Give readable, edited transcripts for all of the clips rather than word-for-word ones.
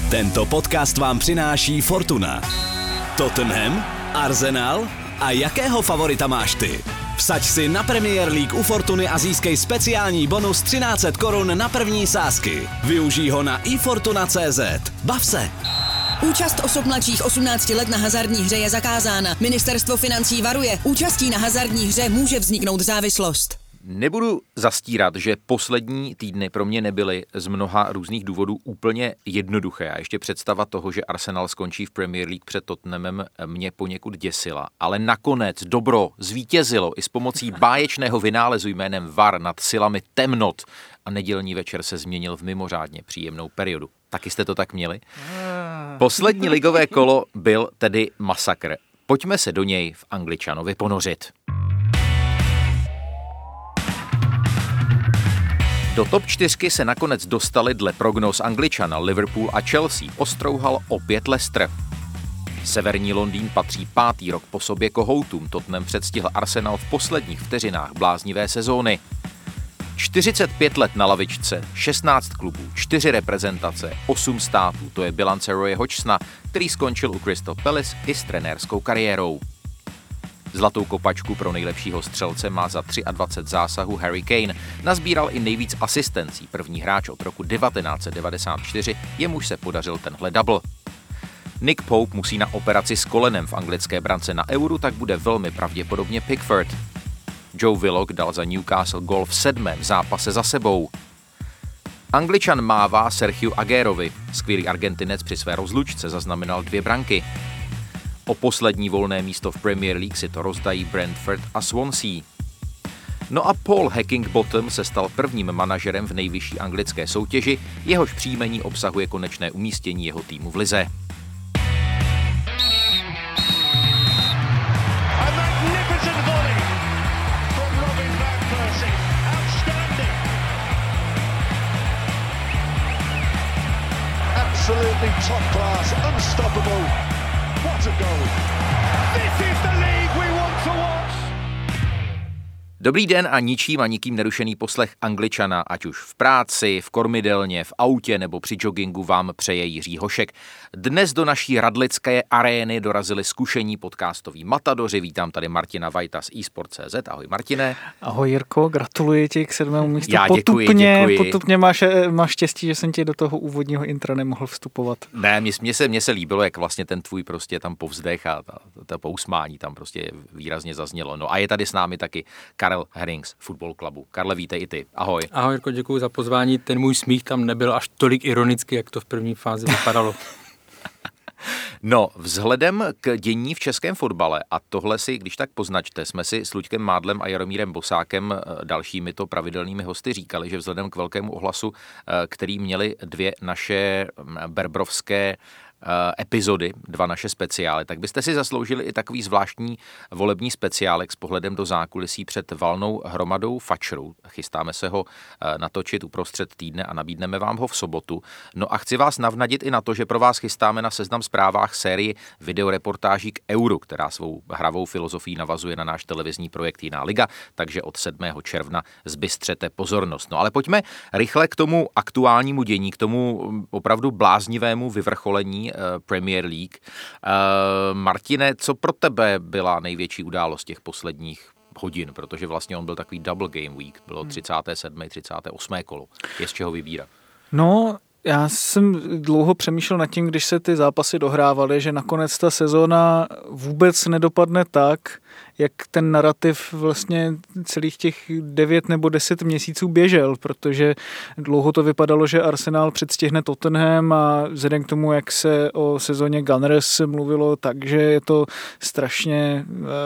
Tento podcast vám přináší Fortuna. Tottenham, Arsenal a jakého favorita máš ty? Vsaď si na Premier League u Fortuny a získej speciální bonus 1300 korun na první sázky. Využij ho na ifortuna.cz. Bav se! Účast osob mladších 18 let na hazardní hře je zakázána. Ministerstvo financí varuje, účastí na hazardní hře může vzniknout závislost. Nebudu zastírat, že poslední týdny pro mě nebyly z mnoha různých důvodů úplně jednoduché. A ještě představa toho, že Arsenal skončí v Premier League před Tottenhamem, mě poněkud děsila. Ale nakonec dobro zvítězilo i s pomocí báječného vynálezu jménem VAR nad silami temnot a nedělní večer se změnil v mimořádně příjemnou periodu. Taky jste to tak měli? Poslední ligové kolo byl tedy masakr. Pojďme se do něj v Angličanovi ponořit. Do top 4 se nakonec dostali dle prognóz Angličana Liverpool a Chelsea. Ostrouhal opět Leicester. Severní Londýn patří 5. rok po sobě kohoutům. Tottenham předstihl Arsenal v posledních vteřinách bláznivé sezóny. 45 let na lavičce, 16 klubů, 4 reprezentace, 8 států. To je bilance Roye Hodgsona, který skončil u Crystal Palace i s trenérskou kariérou. Zlatou kopačku pro nejlepšího střelce má za 23 zásahů Harry Kane. Nazbíral i nejvíc asistencí. První hráč od roku 1994, jemuž se podařil tenhle double. Nick Pope musí na operaci s kolenem v anglické brance na Euru, tak bude velmi pravděpodobně Pickford. Joe Willock dal za Newcastle gól v 7. zápase za sebou. Angličan mává Sergiu Aguerovi. Skvělý Argentinec při své rozlučce zaznamenal 2 branky. O poslední volné místo v Premier League si to rozdají Brentford a Swansea. No a Paul Heckingbottom se stal prvním manažerem v nejvyšší anglické soutěži, jehož příjmení obsahuje konečné umístění jeho týmu v lize. Absolutely top class, unstoppable. What a goal. This is the league we want to watch. Dobrý den a ničím a nikým nerušený poslech Angličana, ať už v práci, v kormidelně, v autě nebo při joggingu vám přeje Jiří Hošek. Dnes do naší radlické arény dorazili zkušení podcastoví matadoři. Vítám tady Martina Vajta z eSport.cz. Ahoj Martine. Ahoj Jirko, gratuluji ti k 7. místu. Já děkuji. Potupně máš štěstí, že jsem ti do toho úvodního intra nemohl vstupovat. Ne, mně se líbilo, jak vlastně ten tvůj prostě tam povzdech a ta pousmání tam prostě výrazně zaznělo. No a je tady s námi taky Karel Herrings, Football Clubu. Karle, vítej i ty. Ahoj. Ahoj, Jirko, děkuji za pozvání. Ten můj smích tam nebyl až tolik ironický, jak to v první fázi vypadalo. No, vzhledem k dění v českém fotbale, a tohle si, když tak poznačte, jsme si s Luďkem Mádlem a Jaromírem Bosákem, dalšími to pravidelnými hosty, říkali, že vzhledem k velkému ohlasu, který měli 2 naše berbrovské epizody, 2 naše speciály, tak byste si zasloužili i takový zvláštní volební speciálek s pohledem do zákulisí před valnou hromadou fačrů. Chystáme se ho natočit uprostřed týdne a nabídneme vám ho v sobotu. No a chci vás navnadit i na to, že pro vás chystáme na Seznam Zprávách sérii videoreportáží k Euru, která svou hravou filozofií navazuje na náš televizní projekt Jiná liga, takže od 7. června zbystřete pozornost. No ale pojďme rychle k tomu aktuálnímu dění, k tomu opravdu bláznivému vyvrcholení Premier League. Martine, co pro tebe byla největší událost těch posledních hodin, protože vlastně on byl takový double game week, bylo 37. 38. kolo. Je z čeho vybírat? No, já jsem dlouho přemýšlel nad tím, když se ty zápasy dohrávaly, že nakonec ta sezóna vůbec nedopadne tak, jak ten narrativ vlastně celých těch 9 nebo 10 měsíců běžel, protože dlouho to vypadalo, že Arsenal předstihne Tottenham a vzhledem k tomu, jak se o sezóně Gunners mluvilo, takže je to strašně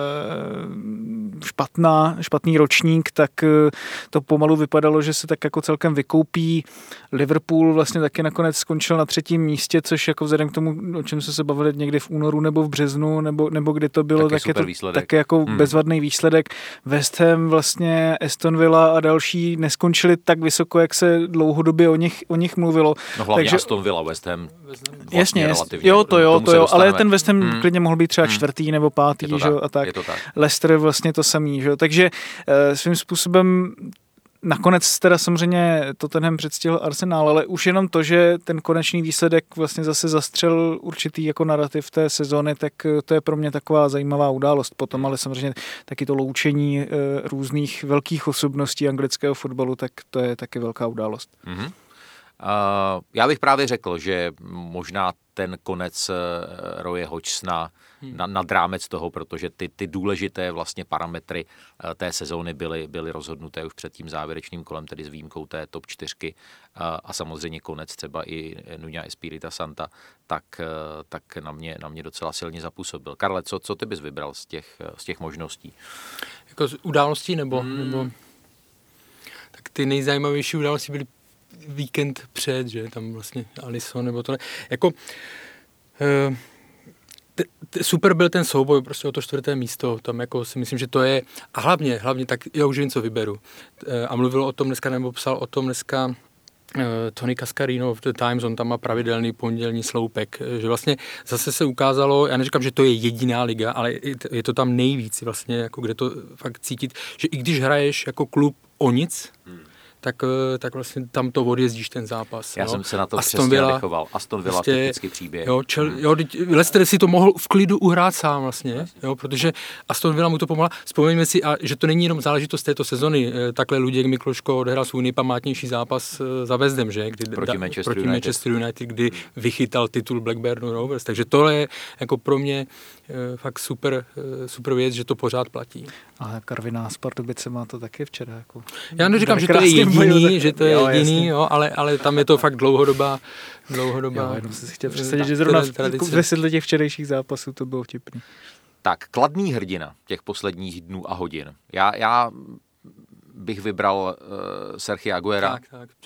špatný ročník, tak to pomalu vypadalo, že se tak jako celkem vykoupí. Liverpool vlastně taky nakonec skončil na 3. místě, což jako vzhledem k tomu, o čem jsme se bavili někdy v únoru nebo v březnu, nebo kdy to bylo, tak je to taky jako bezvadný výsledek. West Ham, vlastně Aston Villa a další neskončili tak vysoko, jak se dlouhodobě o nich mluvilo. No hlavně takže Aston Villa, West Ham vlastně jasně, relativně. Jo, ale ten West Ham klidně mohl být třeba 4. nebo 5. že? A tak. Leicester vlastně to samý, že? Takže svým způsobem nakonec teda samozřejmě Tottenham předstihl Arsenal, ale už jenom to, že ten konečný výsledek vlastně zase zastřel určitý jako narrativ té sezóny, tak to je pro mě taková zajímavá událost potom, ale samozřejmě taky to loučení různých velkých osobností anglického fotbalu, tak to je taky velká událost. Mm-hmm. Já bych právě řekl, že možná ten konec Roye Hodgsona nad rámec toho, protože ty důležité vlastně parametry té sezóny byly rozhodnuté už před tím závěrečným kolem, tedy s výjimkou té top 4 a samozřejmě konec třeba i Nuña Espirita Santa, tak na mě docela silně zapůsobil. Karle, co ty bys vybral z těch možností? Jako z událostí nebo tak ty nejzajímavější události byly víkend před, že tam vlastně Alisson nebo tohle. Jako super byl ten souboj prostě o to 4. místo, tam jako si myslím, že to je, a hlavně tak já už vím, co vyberu. A mluvil o tom dneska, nebo psal o tom dneska Tony Cascarino v The Times, on tam má pravidelný pondělní sloupek, že vlastně zase se ukázalo, já neříkám, že to je jediná liga, ale je to tam nejvíc vlastně, jako kde to fakt cítit, že i když hraješ jako klub o nic, tak vlastně tam to odjezdíš ten zápas. Já jsem se na to přesně nadechoval. Aston Villa, prostě, typický příběh. Leicester si to mohl v klidu uhrát sám vlastně, jo, protože Aston Villa mu to pomohla. Vzpomeňme si, že to není jenom záležitost této sezony. Takhle Luděk Mikloško odehrál svůj nejpamátnější zápas za West Ham, že? Proti Manchester United, kdy vychytal titul Blackburnu Rovers. Takže to je jako pro mě fakt super věc, že to pořád platí. A Karviná s Pardubice má to taky včera. Jako já neříkám, že to je jediný, jo, ale tam je to fakt dlouhodobá. Jo, jenom si chtěl představit, že zrovna ve světle těch včerejších zápasů to bylo vtipný. Tak, kladný hrdina těch posledních dnů a hodin. Já bych vybral Sergio Aguera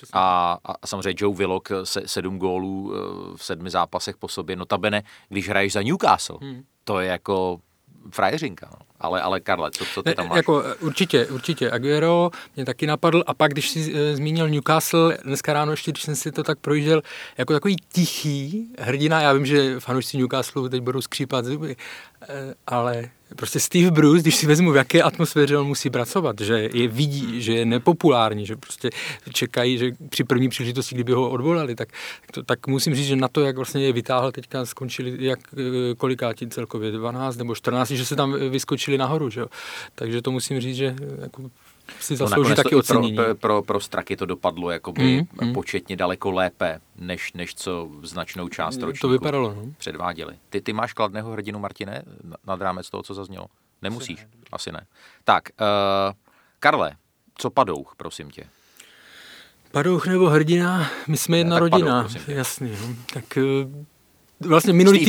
a samozřejmě Joe Willock 7 gólů v 7 zápasech po sobě. Notabene, když hraješ za Newcastle, to je jako frajeřinka. No. Ale Karle, co ty tam máš? Jako, určitě Aguero mě taky napadl a pak, když jsi zmínil Newcastle, dneska ráno ještě, když jsem si to tak projížděl, jako takový tichý hrdina, já vím, že fanoušci Newcastle teď budou skřípat zuby, ale prostě Steve Bruce, když si vezmu, v jaké atmosféře on musí pracovat, že je vidí, že je nepopulární, že prostě čekají, že při první příležitosti, kdyby ho odvolali, tak musím říct, že na to, jak vlastně je vytáhl, teďka skončili, jak kolikátí celkově, 12 nebo 14, že se tam vyskočili nahoru, že jo. Takže to musím říct, že jako si zaslouží taky ocenění. Pro Straky to dopadlo jakoby početně daleko lépe, než co značnou část ročníku to vypadalo, předváděli. Ty máš kladného hrdinu, Martine, nad rámec toho, co zaznělo? Nemusíš? Asi ne. Tak, Karle, co Padouch, prosím tě? Padouch nebo hrdina? My jsme jedna rodina. Padouch, jasný. Tak vlastně minulý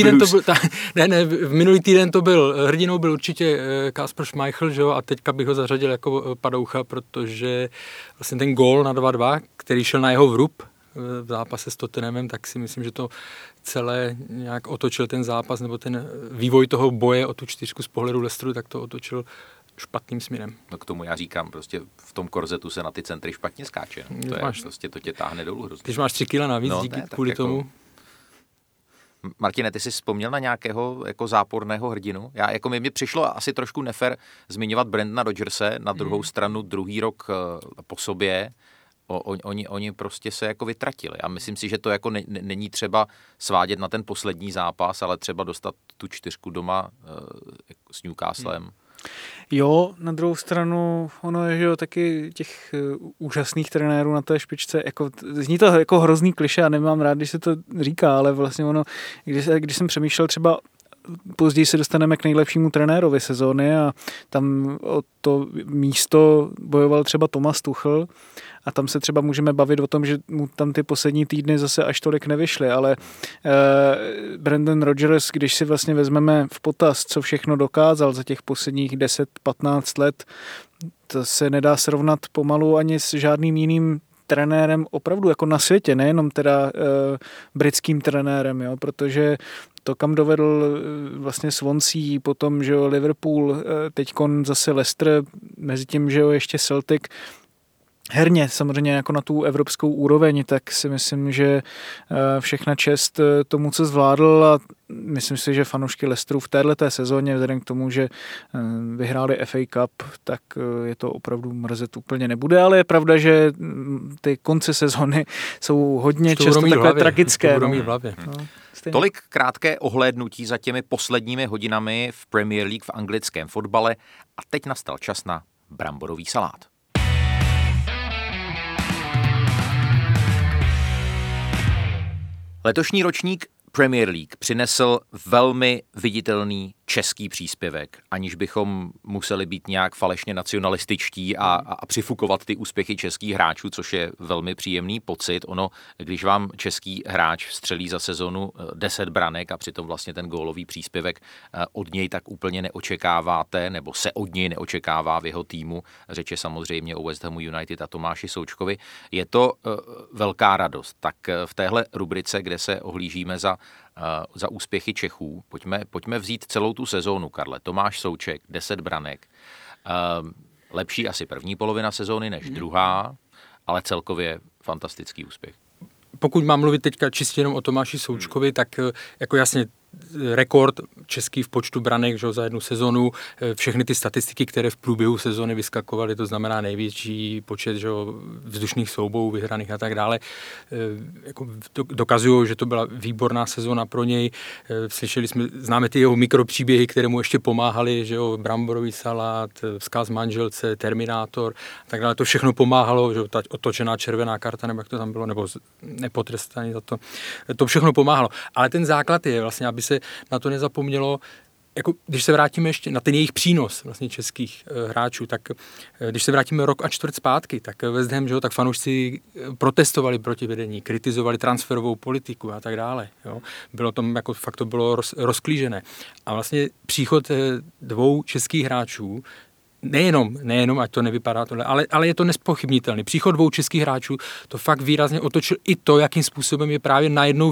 týden to byl, hrdinou byl určitě Kasper Schmeichel, že jo, a teďka bych ho zařadil jako Padoucha, protože vlastně ten gól na 2-2, který šel na jeho vrub v zápase s Tottenhamem, tak si myslím, že to celé nějak otočil ten zápas, nebo ten vývoj toho boje o tu 4 z pohledu Leicesteru, tak to otočil špatným směrem. No k tomu já říkám, prostě v tom korzetu se na ty centry špatně skáče. Prostě to tě táhne dolů hrozně. Když máš 3 kila navíc, kvůli tomu. Martine, ty jsi vzpomněl na nějakého jako záporného hrdinu? Jako mi přišlo asi trošku nefér zmiňovat Brendana Rodgerse, na druhou stranu druhý rok po sobě. Oni prostě se jako vytratili. A myslím si, že to jako není třeba svádět na ten poslední zápas, ale třeba dostat tu 4 doma s Newcastlem. Jo, na druhou stranu ono je, že jo, taky těch úžasných trenérů na té špičce, jako zní to jako hrozný klišé a nemám rád, když se to říká, ale vlastně ono, když jsem přemýšlel třeba později se dostaneme k nejlepšímu trenérovi sezóny a tam o to místo bojoval třeba Thomas Tuchel a tam se třeba můžeme bavit o tom, že mu tam ty poslední týdny zase až tolik nevyšly, ale Brendan Rodgers, když si vlastně vezmeme v potaz, co všechno dokázal za těch posledních 10-15 let, to se nedá srovnat pomalu ani s žádným jiným trenérem opravdu jako na světě, nejenom teda britským trenérem, jo, protože to, kam dovedl vlastně Swansea, potom, že jo, Liverpool, teďkon zase Leicester, mezi tím, že jo, ještě Celtic, herně samozřejmě jako na tu evropskou úroveň, tak si myslím, že všechna čest tomu, co zvládl, a myslím si, že fanoušky Leicesteru v téhleté sezóně, vzhledem k tomu, že vyhráli FA Cup, tak je to opravdu mrzet úplně nebude, ale je pravda, že ty konce sezóny jsou hodně často takové tragické. Tolik krátké ohlédnutí za těmi posledními hodinami v Premier League v anglickém fotbale a teď nastal čas na bramborový salát. Letošní ročník Premier League přinesl velmi viditelný český příspěvek, aniž bychom museli být nějak falešně nacionalističtí a přifukovat ty úspěchy českých hráčů, což je velmi příjemný pocit. Ono, když vám český hráč vstřelí za sezonu 10 branek a přitom vlastně ten gólový příspěvek od něj tak úplně neočekáváte, nebo se od něj neočekává v jeho týmu, řeč je samozřejmě o West Hamu United a Tomáši Součkovi, je to velká radost. Tak v téhle rubrice, kde se ohlížíme za úspěchy Čechů, pojďme vzít celou tu sezónu, Karle. Tomáš Souček, 10 branek. Lepší asi první polovina sezóny než druhá, ale celkově fantastický úspěch. Pokud mám mluvit teďka čistě jenom o Tomáši Součkovi, tak jako jasně rekord český v počtu branek, že za jednu sezonu, všechny ty statistiky, které v průběhu sezony vyskakovaly, to znamená největší počet, že vzdušných soubojů vyhraných a tak dále, jako dokazují, že to byla výborná sezona pro něj. Známe ty jeho mikropříběhy, které mu ještě pomáhaly, že jo, bramborový salát, vzkaz manželce, Terminátor a tak dále. To všechno pomáhalo, že ta otočená červená karta, nebo jak to tam bylo, nebo nepotrestaný za to. To všechno pomáhalo. Ale ten základ je vlastně, aby se na to nezapomnělo, jako když se vrátíme ještě na ten jejich přínos vlastně českých hráčů, tak když se vrátíme rok a čtvrt zpátky, tak West Ham, že jo, tak fanoušci protestovali proti vedení, kritizovali transferovou politiku a tak dále. Jo. Bylo tam, jako fakt to bylo rozklížené. A vlastně příchod dvou českých hráčů, nejenom, ať to nevypadá tohle, ale je to nespochybnitelný. Příchod dvou českých hráčů to fakt výrazně otočil i to, jakým způsobem je právě najednou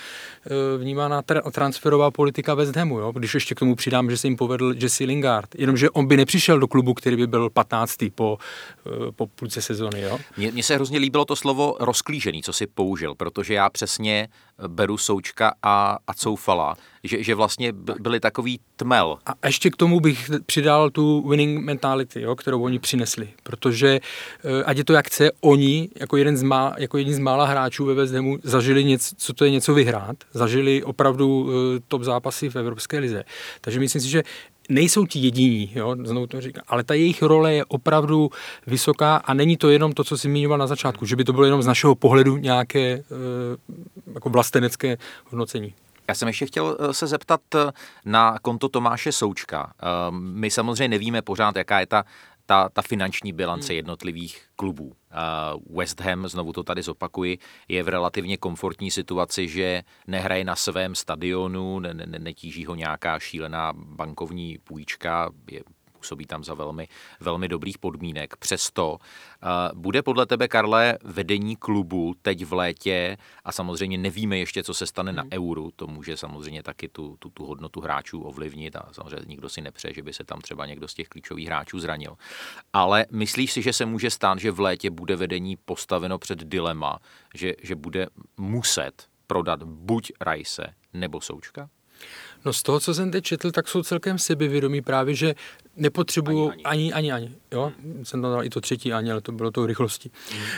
vnímána transferová politika West Hamu. Jo? Když ještě k tomu přidám, že se jim povedl Jesse Lingard, jenomže on by nepřišel do klubu, který by byl 15. po půlce sezony. Jo? Mně se hrozně líbilo to slovo rozklížený, co si použil, protože já přesně beru Součka a Coufala, že vlastně byli takový tmel. A ještě k tomu bych přidal tu winning mentality, jo, kterou oni přinesli, protože ať je to jak chce, oni jako jedni z mála hráčů ve West Hamu zažili něco, co to je něco vyhrát, zažili opravdu top zápasy v Evropské lize. Takže myslím si, že nejsou ti jediní, jo, znovu to říkám, ale ta jejich role je opravdu vysoká a není to jenom to, co jsi zmiňoval na začátku, že by to bylo jenom z našeho pohledu nějaké jako vlastenecké hodnocení. Já jsem ještě chtěl se zeptat na konto Tomáše Součka. My samozřejmě nevíme pořád, jaká je ta finanční bilance jednotlivých klubů. West Ham, znovu to tady zopakuji, je v relativně komfortní situaci, že nehraje na svém stadionu, netíží ho nějaká šílená bankovní půjčka, působí tam za velmi, velmi dobrých podmínek. Přesto bude podle tebe, Karle, vedení klubu teď v létě, a samozřejmě nevíme ještě, co se stane na Euru, to může samozřejmě taky tu hodnotu hráčů ovlivnit a samozřejmě nikdo si nepřeje, že by se tam třeba někdo z těch klíčových hráčů zranil. Ale myslíš si, že se může stát, že v létě bude vedení postaveno před dilema, že bude muset prodat buď Rice nebo Součka? No z toho, co jsem teď četl, tak jsou celkem sebevědomí právě, že nepotřebují ani. Jo? Jsem tam dal i to třetí ani, ale to bylo tou rychlostí.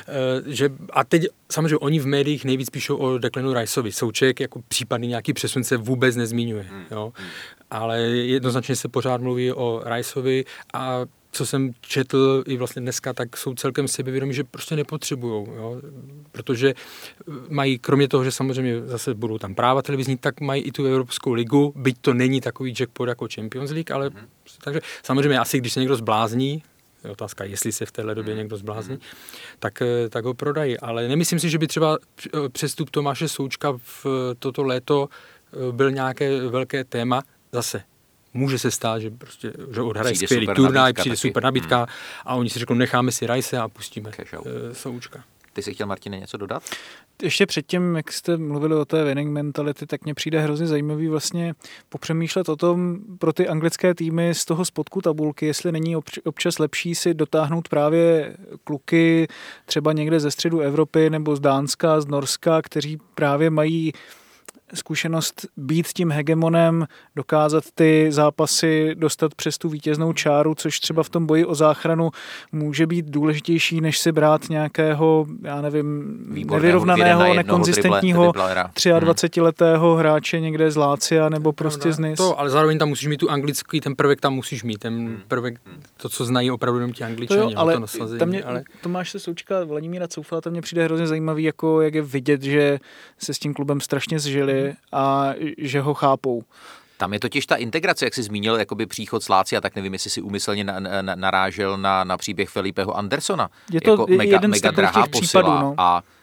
A teď samozřejmě oni v médiích nejvíc píšou o Declanu Riceovi. Souček jako případný nějaký přesun se vůbec nezmiňuje. Jo? Ale jednoznačně se pořád mluví o Riceovi a co jsem četl i vlastně dneska, tak jsou celkem sebevědomí, že prostě nepotřebujou, jo? Protože mají, kromě toho, že samozřejmě zase budou tam práva televizní, tak mají i tu Evropskou ligu, byť to není takový jackpot jako Champions League, ale takže samozřejmě asi, když se někdo zblázní, je otázka, jestli se v téhle době někdo zblázní, tak ho prodají, ale nemyslím si, že by třeba přestup Tomáše Součka v toto léto byl nějaké velké téma zase. Může se stát, že prostě že odhraje skvělý turnaj, přijde super nabídka a oni si řeknou, necháme si Rice a pustíme Součka. Ty jsi chtěl, Martine, něco dodat? Ještě předtím, jak jste mluvili o té winning mentality, tak mně přijde hrozně zajímavý vlastně popřemýšlet o tom pro ty anglické týmy z toho spodku tabulky, jestli není občas lepší si dotáhnout právě kluky třeba někde ze středu Evropy nebo z Dánska, z Norska, kteří právě mají zkušenost být tím hegemonem, dokázat ty zápasy dostat přes tu vítěznou čáru, což třeba v tom boji o záchranu může být důležitější, než si brát nějakého, já nevím, nevyrovnaného, nekonzistentního 23letého hráče někde z Lácia nebo prostě z Nice. To, ale zároveň tam musíš mít tu anglický, ten prvek tam musíš mít, ten prvek, to, co znají opravdu jenom ti Angličani. Ale to nasazení, Tomáš Součka, Vladimíra Coufala, to mě přijde hrozně zajímavý, jako jak je vidět, že se s tím klubem strašně zžili a že ho chápou. Tam je totiž ta integrace, jak jsi zmínil, jakoby příchod z Lácia, tak nevím, jestli si úmyslně narážel na příběh Felipeho Andersona. Je to jako jeden z takových případů. No.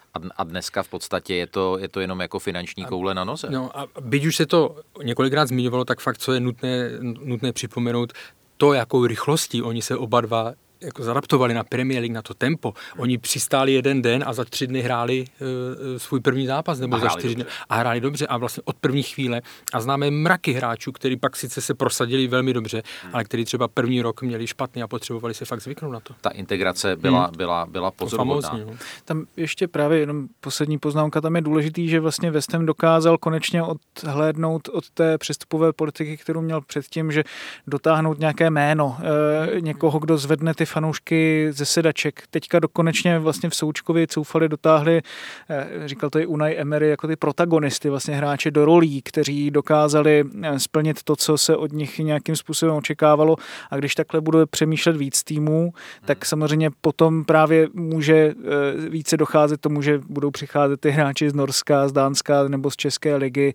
A dneska v podstatě je to jenom jako finanční koule na noze. No a byť už se to několikrát zmiňovalo, tak fakt, co je nutné připomenout, to, jakou rychlostí oni se oba dva jako zadaptovali na Premier League, na to tempo. Oni přistáli jeden den a za 3 dny hráli svůj první zápas, nebo za 4 dny. A hráli dobře a vlastně od první chvíle. A známe mraky hráčů, kteří pak sice se prosadili velmi dobře, ale kteří třeba první rok měli špatný a potřebovali se fakt zvyknout na to. Ta integrace byla pozoruhodná. No. Tam ještě právě jenom poslední poznámka, tam je důležitý, že vlastně West Ham dokázal konečně odhlédnout od té přestupové politiky, kterou měl předtím, že dotáhnout nějaké jméno, někoho, kdo zvedne ty fanoušky ze sedaček. Teďka konečně vlastně v Součkovi Coufali dotáhli, říkal to i Unai Emery, jako ty protagonisty, vlastně hráče do rolí, kteří dokázali splnit to, co se od nich nějakým způsobem očekávalo. A když takhle bude přemýšlet víc týmů, tak samozřejmě potom právě může více docházet tomu, že budou přicházet ty hráči z Norska, z Dánska nebo z České ligy,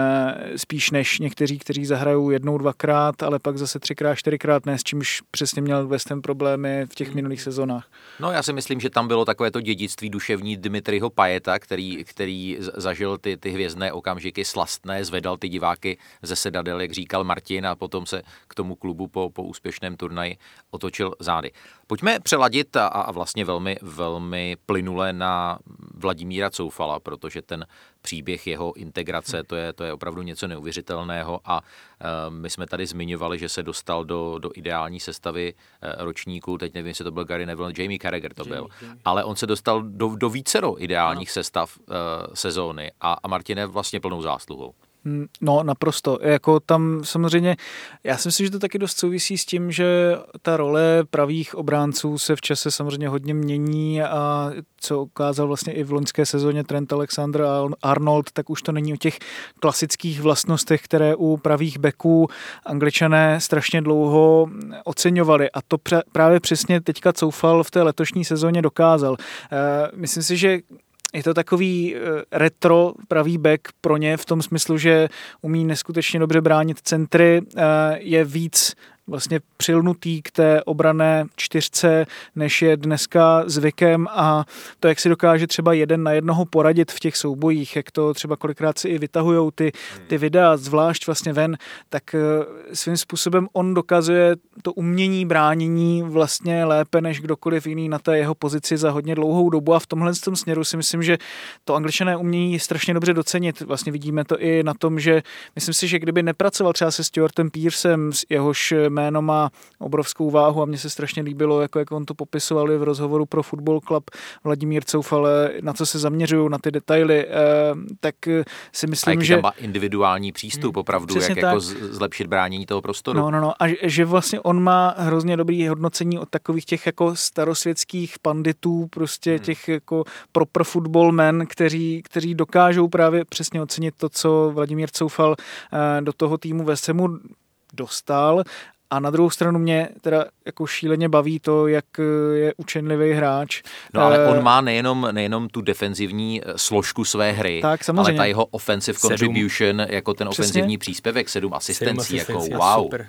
spíš než někteří, kteří zahrajou 1, 2krát, ale pak zase 3krát, 4krát ne, s čímž přesně měl West Ham problémy v těch minulých sezonách. No já si myslím, že tam bylo takové to dědictví duševní Dimitriho Payeta, který zažil ty hvězdné okamžiky slastné, zvedal ty diváky ze sedadel, jak říkal Martin, a potom se k tomu klubu po úspěšném turnaji otočil zády. Pojďme přeladit a vlastně velmi, velmi plynule na Vladimíra Coufala, protože ten příběh jeho integrace, to je opravdu něco neuvěřitelného a my jsme tady zmiňovali, že se dostal do ideální sestavy ročníků, teď nevím, jestli to byl Gary Neville, Jamie Carragher to byl, ale on se dostal do vícero ideálních sestav sezóny a Martin je vlastně plnou zásluhou. No, naprosto. Jako tam samozřejmě, já si myslím, že to taky dost souvisí s tím, že ta role pravých obránců se v čase samozřejmě hodně mění a co ukázal vlastně i v loňské sezóně Trent Alexander-Arnold, tak už to není o těch klasických vlastnostech, které u pravých beků Angličané strašně dlouho oceňovali. A to právě přesně teďka Coufal v té letošní sezóně dokázal. Myslím si, že je to takový retro pravý back pro ně v tom smyslu, že umí neskutečně dobře bránit centry, je víc vlastně přilnutý k té obranné 4, než je dneska zvykem a to, jak si dokáže třeba 1 na 1 poradit v těch soubojích, jak to třeba kolikrát si i vytahujou ty videa, zvlášť vlastně ven, tak svým způsobem on dokazuje to umění bránění vlastně lépe než kdokoliv jiný na té jeho pozici za hodně dlouhou dobu a v tomhle směru si myslím, že to Angličané umějí strašně dobře docenit. Vlastně vidíme to i na tom, že myslím si, že kdyby nepracoval třeba se Stuartem Pearsem, jehož jméno má obrovskou váhu a mně se strašně líbilo, jak on to popisoval v rozhovoru pro Football Club Vladimír Coufal, na co se zaměřují, na ty detaily, tak si myslím, že... tam má individuální přístup opravdu, jak jako zlepšit bránění toho prostoru. No. A že vlastně on má hrozně dobrý hodnocení od takových těch jako starosvětských panditů, prostě těch jako pro football men, kteří dokážou právě přesně ocenit to, co Vladimír Coufal do toho týmu West Hamu dostal. A na druhou stranu mě teda jako šíleně baví to, jak je učenlivý hráč. No ale on má nejenom tu defenzivní složku své hry, tak, ale ta jeho offensive contribution, jako ten ofenzivní příspěvek, 7 asistencí, jako wow. Super.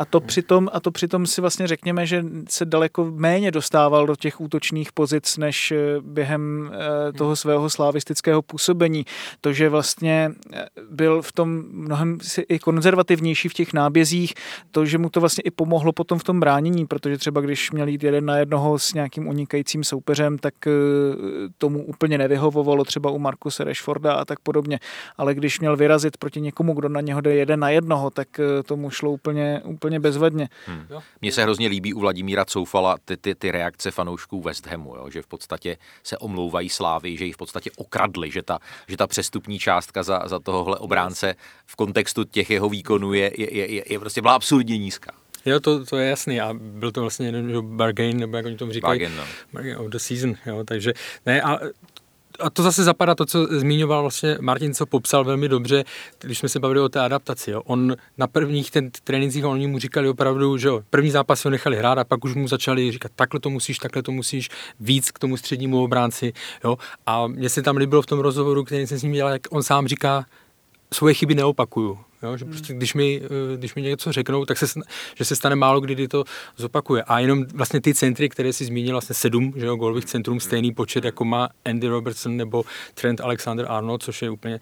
A to přitom si vlastně řekněme, že se daleko méně dostával do těch útočných pozic, než během toho svého slavistického působení. To, že vlastně byl v tom mnohem i konzervativnější v těch nábězích, to, že mu to vlastně i pomohlo potom v tom bránění, protože třeba když měl jít 1-1 s nějakým unikajícím soupeřem, tak tomu úplně nevyhovovalo třeba u Marcuse Rashforda a tak podobně. Ale když měl vyrazit proti někomu, kdo na něho jde 1-1, tak tomu šlo úplně bezvadně. Mně se hrozně líbí u Vladimíra Coufala ty reakce fanoušků West Hamu, jo? Že v podstatě se omlouvají Slávy, že ji v podstatě okradli, že ta přestupní částka za tohohle obránce v kontextu těch jeho výkonů je prostě byla absurdně nízká. Jo, to je jasný a byl to vlastně jeden bargain, nebo jak oni tomu říkají, bargain of the season, jo, takže ne, a to zase zapadá to, co zmiňoval vlastně Martin, co popsal velmi dobře, když jsme se bavili o té adaptaci. Jo. On na prvních trénincích, oni mu říkali opravdu, že jo, první zápas ho nechali hrát a pak už mu začali říkat, takhle to musíš, víc k tomu střednímu obránci. Jo. A mně se tam líbilo v tom rozhovoru, který jsem s ním dělal, jak on sám říká, svoje chyby neopakuju. Jo, že prostě když mi něco řeknou, tak že se stane málo, kdy to zopakuje. A jenom vlastně ty centry, které si zmínil, vlastně 7, že jo, gólových centrum, stejný počet, jako má Andy Robertson nebo Trent Alexander-Arnold, což je úplně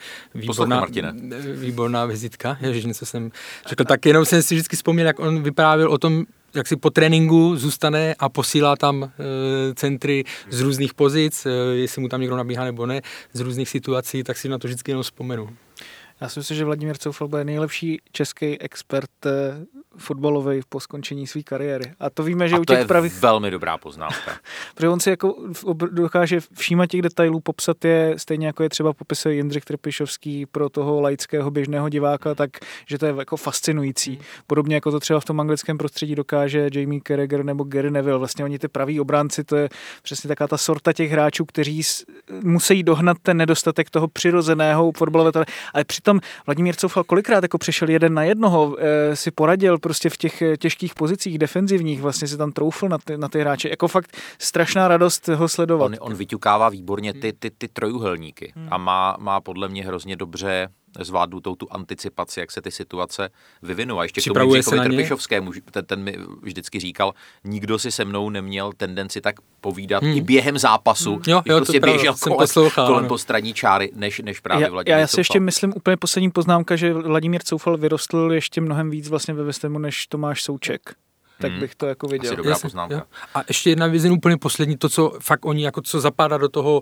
výborná vizitka. Ježiš, něco jsem řekl. Tak jenom jsem si vždycky vzpomněl, jak on vyprávěl o tom, jak si po tréninku zůstane a posílá tam centry z různých pozic, jestli mu tam někdo nabíhá nebo ne, z různých situací, tak si na to vždycky jenom vzpomenu. Já si myslím, že Vladimír Coufal byl nejlepší český expert fotbalový po skončení své kariéry. A to víme, že u těch pravých... velmi dobrá poznámka. Protože on si jako dokáže všímat těch detailů, popsat je stejně jako je třeba popisuje Jindřich Trpišovský pro toho laického běžného diváka, tak že to je jako fascinující. Podobně jako to třeba v tom anglickém prostředí dokáže Jamie Carragher nebo Gary Neville. Vlastně oni ty praví obránci, to je přesně taková ta sorta těch hráčů, kteří musí dohnat ten nedostatek toho přirozeného fotbalového. Ale přitom Vladimír Coufal kolikrát jako přešel 1-1, si poradil prostě v těch těžkých pozicích defenzivních, vlastně si tam troufl na ty hráče. Jako fakt strašná radost ho sledovat. On vyťukává výborně ty trojuhelníky a má podle mě hrozně dobře zvládnutou tu anticipaci, jak se ty situace vyvinou. A ještě k tomu Jindřichovi Trpišovskému, ten mi vždycky říkal, nikdo si se mnou neměl tendenci tak povídat i během zápasu, prostě běžel kolem postranní čáry, než právě Vladimír Coufal. Já si ještě myslím úplně poslední poznámka, že Vladimír Coufal vyrostl ještě mnohem víc vlastně ve West Hamu než Tomáš Souček. Tak bych to jako viděl. Asi dobrá poznámka. Jo. A ještě jedna věc, úplně poslední, to, co fakt oni, jako co zapadá do toho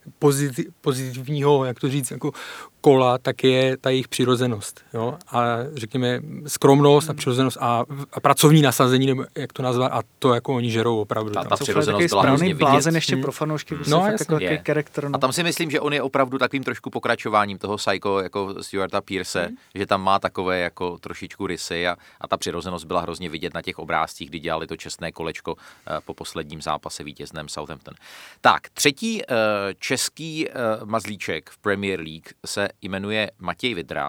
pozitivního, jak to říct, jako kola, tak je ta jejich přirozenost. Jo? A řekněme skromnost a přirozenost a pracovní nasazení, nebo jak to nazvat, a to jako oni žerou opravdu. Ta přirozenost byla hrozně vidět. Blázen ještě pro fanoušky, takový charakter. A tam si myslím, že on je opravdu takovým trošku pokračováním toho psycho, jako Stuarta Pearce, že tam má takové jako trošičku rysy a ta přirozenost byla hrozně vidět na těch obrázcích, kdy dělali to čestné kolečko po posledním zápase vítězném Southampton. Tak, třetí český mazlíček v Premier League se jmenuje Matěj Vydra.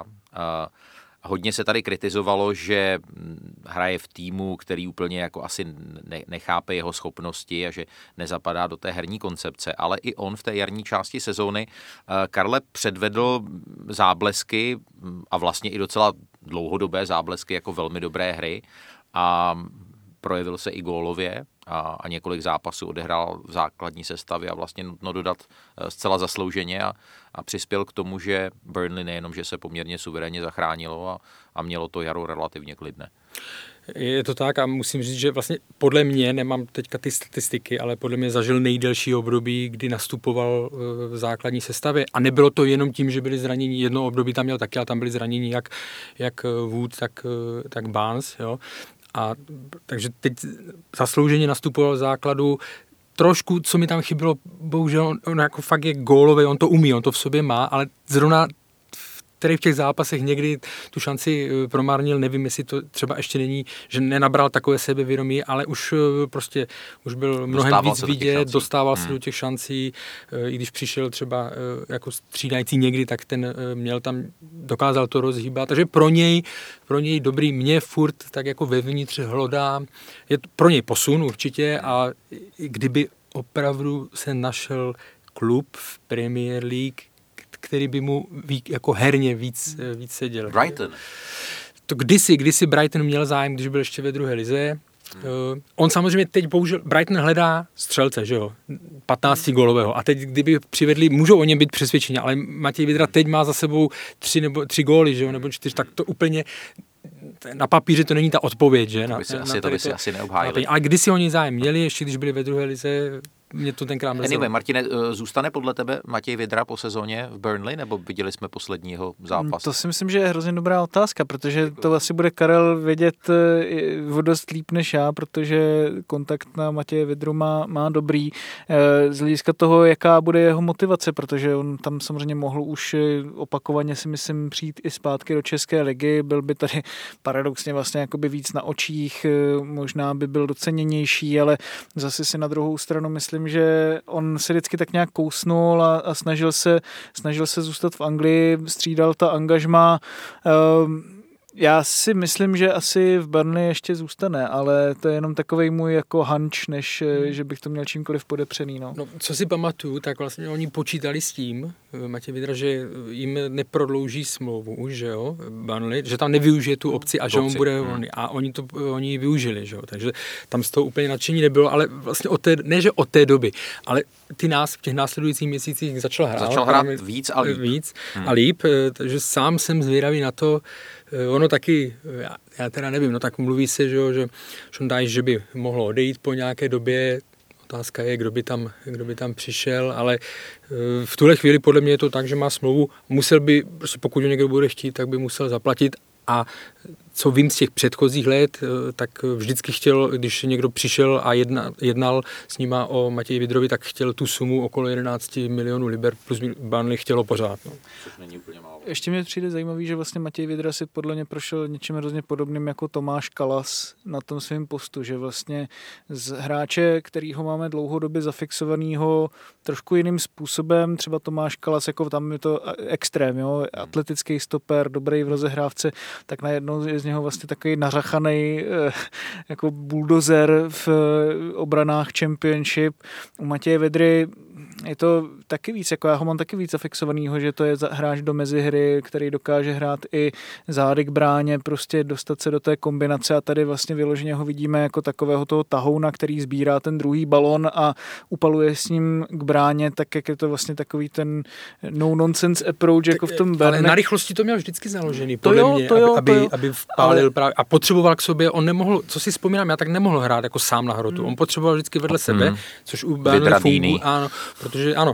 Hodně se tady kritizovalo, že hraje v týmu, který úplně jako asi nechápe jeho schopnosti a že nezapadá do té herní koncepce, ale i on v té jarní části sezóny, Karle, předvedl záblesky a vlastně i docela dlouhodobé záblesky jako velmi dobré hry a projevil se i gólově a několik zápasů odehrál v základní sestavě a vlastně nutno dodat zcela zaslouženě a přispěl k tomu, že Burnley nejenom, že se poměrně suverénně zachránilo a mělo to jaro relativně klidné. Je to tak a musím říct, že vlastně podle mě, nemám teďka ty statistiky, ale podle mě zažil nejdelší období, kdy nastupoval v základní sestavě a nebylo to jenom tím, že byli zranění, jedno období tam měl taky, ale tam byli zranění jak Wood, tak Barnes, jo. A takže teď zaslouženě nastupoval v základu. Trošku, co mi tam chybilo, bohužel on jako fakt je gólový, on to umí, on to v sobě má, ale zrovna v těch zápasech někdy tu šanci promarnil, nevím, jestli to třeba ještě není, že nenabral takové sebevědomí, ale už byl mnohem víc vidět, dostával se do těch šancí, i když přišel třeba jako střídající někdy, tak ten měl tam, dokázal to rozhýbat, takže pro něj dobrý, mě furt tak jako vevnitř hlodá, je to pro něj posun určitě a kdyby opravdu se našel klub v Premier League, který by mu jako herně víc seděl. Brighton. To kdysi Brighton měl zájem, když byl ještě ve druhé lize. On samozřejmě teď bohužel, Brighton hledá střelce, že jo, 15 gólového. A teď, kdyby přivedli, můžou o něm být přesvědčeni, ale Matěj Vydra teď má za sebou 3 góly, že jo, nebo 4, tak to úplně na papíře to není ta odpověď, že? To by si asi neobhájili. Ale když si oni zájem měli, ještě když byli ve druhé lize, mě to tenkrát mrzelo. Anyway, Martine, zůstane podle tebe Matěj Vydra po sezóně v Burnley, nebo viděli jsme posledního zápas? To si myslím, že je hrozně dobrá otázka, protože to asi bude Karel vědět o dost líp než já, protože kontakt na Matěje Vydru má dobrý. Z hlediska toho, jaká bude jeho motivace, protože on tam samozřejmě mohl už opakovaně, si myslím, přijít i zpátky do České ligy, byl by tady paradoxně vlastně jakoby víc na očích, možná by byl doceněnější, ale zase si na druhou stranu myslím, že on se vždycky tak nějak kousnul a snažil se zůstat v Anglii, střídal ta angažmá. Já si myslím, že asi v Burnley ještě zůstane, ale to je jenom takovej můj jako hunch, než že bych to měl čímkoliv podepřený. No, co si pamatuju, tak vlastně oni počítali s tím, Matěj Vydra, že jim neprodlouží smlouvu už, že jo, Burnley, že tam nevyužije tu opci a že on bude volný. A oni ji využili, že jo, takže tam z toho úplně nadšení nebylo, ale vlastně ne, že od té doby, ale v těch následujících měsících začal hrát víc a líp. Takže sám jsem zvědavý na to. Ono taky, já teda nevím, no tak mluví se, že Šondajš, že by mohlo odejít po nějaké době. Otázka je, kdo by tam přišel, ale v tuhle chvíli podle mě je to tak, že má smlouvu, musel by, prostě pokud ho někdo bude chtít, tak by musel zaplatit. A co vím z těch předchozích let, tak vždycky chtěl, když někdo přišel a jednal s nima o Matěji Vydrovi, tak chtěl tu sumu okolo 11 milionů liber plus Burnley chtělo pořád. No. Což není úplně málo. Ještě mě přijde zajímavý, že vlastně Matěj Vydra si podle mě prošel něčím hrozně podobným jako Tomáš Kalas na tom svém postu, že vlastně z hráče, kterýho máme dlouhodobě zafixovanýho trošku jiným způsobem, třeba Tomáš Kalas, jako tam je to extrém, jo, atletický stoper, dobrý v rozehrávce, tak najednou je z něho vlastně takový nařachaný jako buldozer v obranách Championship. U Matěje Vydry je to taky víc, jako já ho mám taky víc zafixovanýho, že to je hráč do mezihry, který dokáže hrát i zády k bráně, prostě dostat se do té kombinace a tady vlastně vyloženě ho vidíme jako takového toho tahouna, který sbírá ten druhý balon a upaluje s ním k bráně, tak jak je to vlastně takový ten no-nonsense approach, tak, jako v tom Ale na rychlosti to měl vždycky založený, podle mě, aby vpálil právě a potřeboval k sobě, on nemohl, co si vzpomínám, já tak nemohl hrát jako sám na hrotu, on potřeboval vždycky vedle sebe, což u Burnley funguje, ano, protože ano,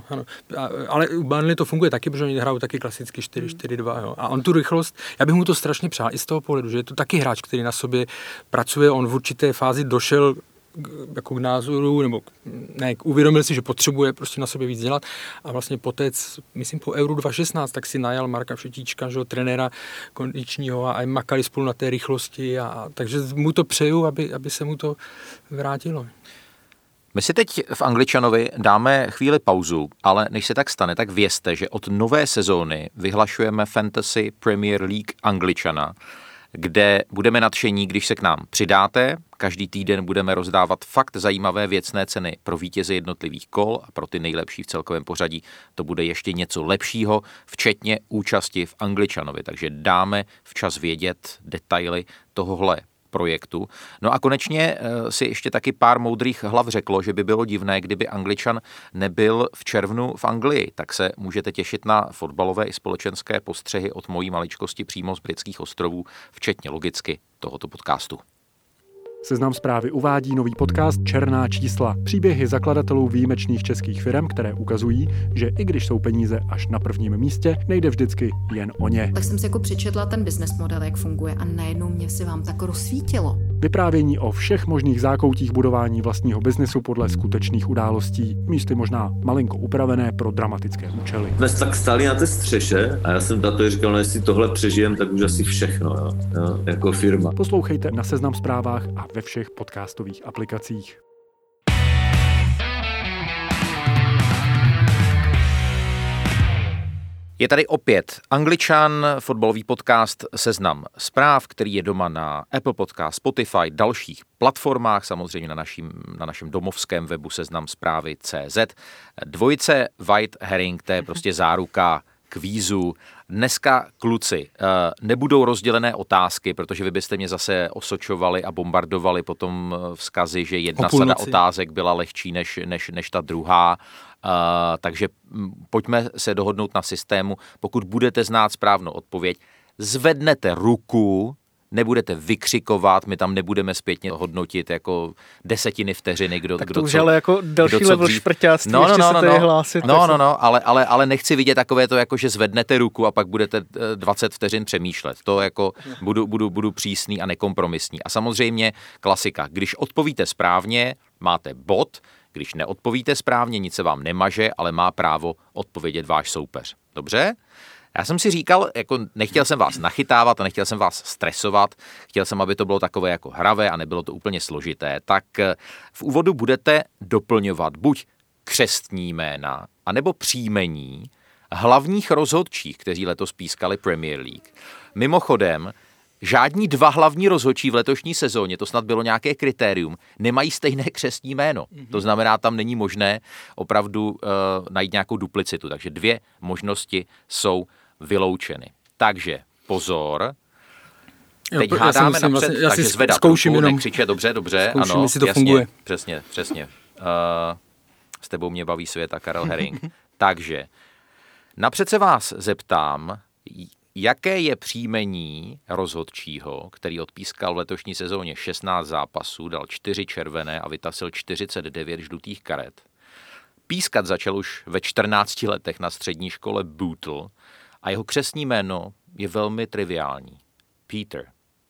ale u Burnley to funguje taky, protože oni hrajou taky klasicky 4-4-2, jo. A on tu rychlost, já bych mu to strašně přál i z toho pohledu, že je to taky hráč, který na sobě pracuje, on v určité fázi došel jako k názoru, nebo ne, uvědomil si, že potřebuje prostě na sobě víc dělat a vlastně poté, myslím po Euro 2016, tak si najal Marka Všetíčka, že trenéra kondičního a makali spolu na té rychlosti a takže mu to přeju, aby se mu to vrátilo. My si teď v Angličanovi dáme chvíli pauzu, ale než se tak stane, tak vězte, že od nové sezóny vyhlašujeme Fantasy Premier League Angličana, kde budeme nadšení, když se k nám přidáte. Každý týden budeme rozdávat fakt zajímavé věcné ceny pro vítěze jednotlivých kol a pro ty nejlepší v celkovém pořadí. To bude ještě něco lepšího, včetně účasti v Angličanovi, takže dáme včas vědět detaily tohohle projektu. No a konečně si ještě taky pár moudrých hlav řeklo, že by bylo divné, kdyby Angličan nebyl v červnu v Anglii, tak se můžete těšit na fotbalové i společenské postřehy od mojí maličkosti přímo z Britských ostrovů, včetně logicky tohoto podcastu. Seznam Zprávy uvádí nový podcast Černá čísla. Příběhy zakladatelů výjimečných českých firm, které ukazují, že i když jsou peníze až na prvním místě, nejde vždycky jen o ně. Tak jsem si jako přečetla ten business model, jak funguje a najednou mě se vám tak rozsvítilo. Vyprávění o všech možných zákoutích budování vlastního biznesu podle skutečných událostí, místy možná malinko upravené pro dramatické účely. Jsme tak stáli na té střeše a já jsem tato říkal, no jestli tohle přežijem, tak už asi všechno, jo, jako firma. Poslouchejte na Seznam Zprávách a ve všech podcastových aplikacích. Je tady opět Angličan, fotbalový podcast Seznam zpráv, který je doma na Apple Podcast, Spotify, dalších platformách, samozřejmě na našem domovském webu seznamzprávy.cz. Dvojice White Herring, to je prostě záruka kvízu. Dneska, kluci, nebudou rozdělené otázky, protože vy byste mě zase osočovali a bombardovali potom vzkazy, že jedna sada otázek byla lehčí než ta druhá. Takže pojďme se dohodnout na systému. Pokud budete znát správnou odpověď, zvednete ruku, nebudete vykřikovat, my tam nebudeme zpětně hodnotit jako desetiny vteřiny, kdo tak kdo to už co, ale jako další level šprťáctví, ještě se tady hlásit. Ale nechci vidět takové to, jako že zvednete ruku a pak budete 20 vteřin přemýšlet. To jako budu přísný a nekompromisní. A samozřejmě klasika, když odpovíte správně, máte bod, když neodpovíte správně, nic se vám nemaže, ale má právo odpovědět váš soupeř. Dobře? Já jsem si říkal, jako nechtěl jsem vás nachytávat a nechtěl jsem vás stresovat, chtěl jsem, aby to bylo takové jako hravé a nebylo to úplně složité, tak v úvodu budete doplňovat buď křestní jména, anebo příjmení hlavních rozhodčích, kteří letos pískali Premier League. Mimochodem, žádní dva hlavní rozhodčí v letošní sezóně, to snad bylo nějaké kritérium, nemají stejné křestní jméno. To znamená, tam není možné opravdu najít nějakou duplicitu. Takže 2 možnosti jsou vyloučeny. Takže pozor. Teď hádáme napřed, takže zvedat ruku, nekřiče, dobře, zkouším, ano, jestli to jasně, funguje. Přesně. S tebou mě baví svět a Karel Herring. Takže napřed se vás zeptám, jaké je příjmení rozhodčího, který odpískal v letošní sezóně 16 zápasů, dal 4 červené a vytasil 49 žlutých karet. Pískat začal už ve 14 letech na střední škole Bootle a jeho křestní jméno je velmi triviální. Peter.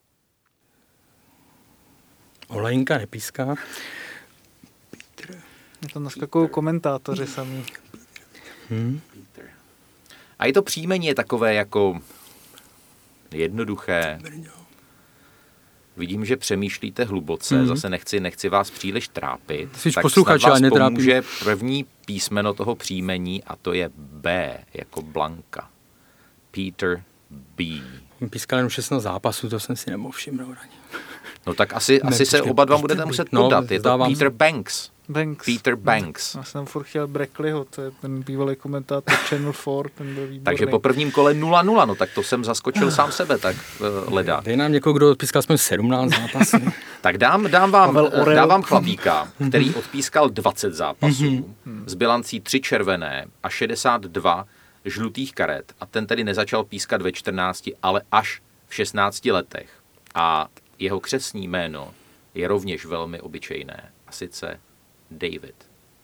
Olejnka nepíská. Peter. To naskakují komentátoři sami. Peter. A i to příjmení je takové jako jednoduché. Vidím, že přemýšlíte hluboce, zase nechci vás příliš trápit. Tak snad vás pomůže první písmeno toho příjmení a to je B, jako Blanka. Peter B. Pískal jenom 16 zápasů, to jsem si nemohl všimnout ani. No tak asi se oba dva budete muset podat. Je to Peter Banks. Peter Banks. Já jsem furt chtěl Brackleyho, to je ten bývalý komentátor Channel 4, ten byl výborný. Takže po prvním kole 0-0, no tak to jsem zaskočil sám sebe, tak leda. Dej nám někoho, kdo odpískal aspoň 17 zápasů. Tak dám vám chlapíka, který odpískal 20 zápasů s bilancí 3 červené a 62 žlutých karet a ten tedy nezačal pískat ve 14, ale až v 16 letech. A jeho křestní jméno je rovněž velmi obyčejné, a sice David.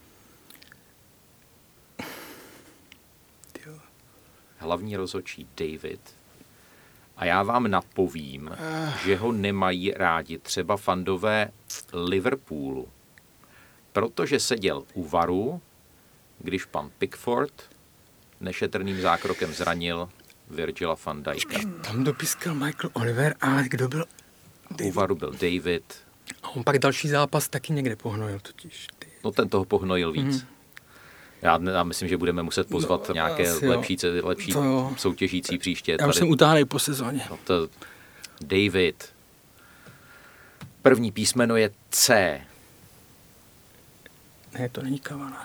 Hlavní rozhodčí David. A já vám napovím, že ho nemají rádi třeba fandové Liverpoolu, protože seděl u VARu, když pan Pickford nešetrným zákrokem zranil Virgila van Dijka. Tam dopískal Michael Oliver, ale kdo byl? U VARu byl David. A on pak další zápas taky někde pohnojil totiž. No ten toho pohnojil víc. Já myslím, že budeme muset pozvat nějaké lepší soutěžící příště. Já už jsem utáhnej po sezóně. No to David. První písmeno je C. Ne, to není Kavana.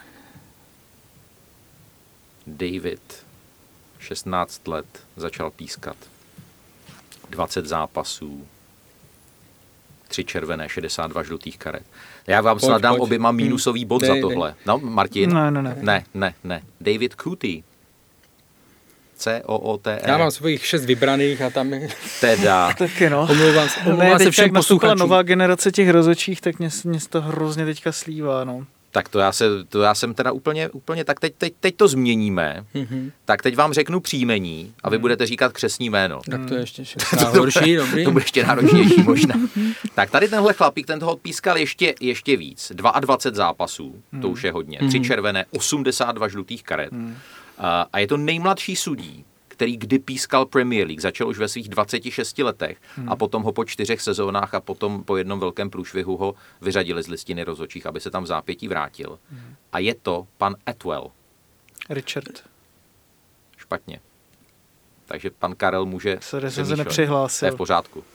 David, 16 let, začal pískat. 20 zápasů. 3 červené, 62 žlutých karet. Já vám snad dám oběma mínusový bod za tohle. No, Martin? Ne. David Cootie. C-O-O-T-E. Já mám svých 6 vybraných a tam je... Teda. Taky no. Omlouvám se všem posluchačům. Nová generace těch rozhodčích, tak mě to hrozně teďka slívá, no. Tak to já jsem teda úplně tak teď to změníme. Tak teď vám řeknu příjmení a vy budete říkat křestní jméno. Tak to je ještě horší, dobrý. To bude ještě náročnější možná. Tak tady tenhle chlapík, ten toho odpískal ještě víc. 22 zápasů, to už je hodně. 3 červené, 82 žlutých karet. A je to nejmladší sudí, který kdy pískal Premier League. Začal už ve svých 26 letech a potom ho po 4 sezónách a potom po jednom velkém průšvihu ho vyřadili z listiny rozhodčích, aby se tam v zápětí vrátil. A je to pan Atwell. Richard. Špatně. Takže pan Karel může se nepřihlásil. To je v pořádku.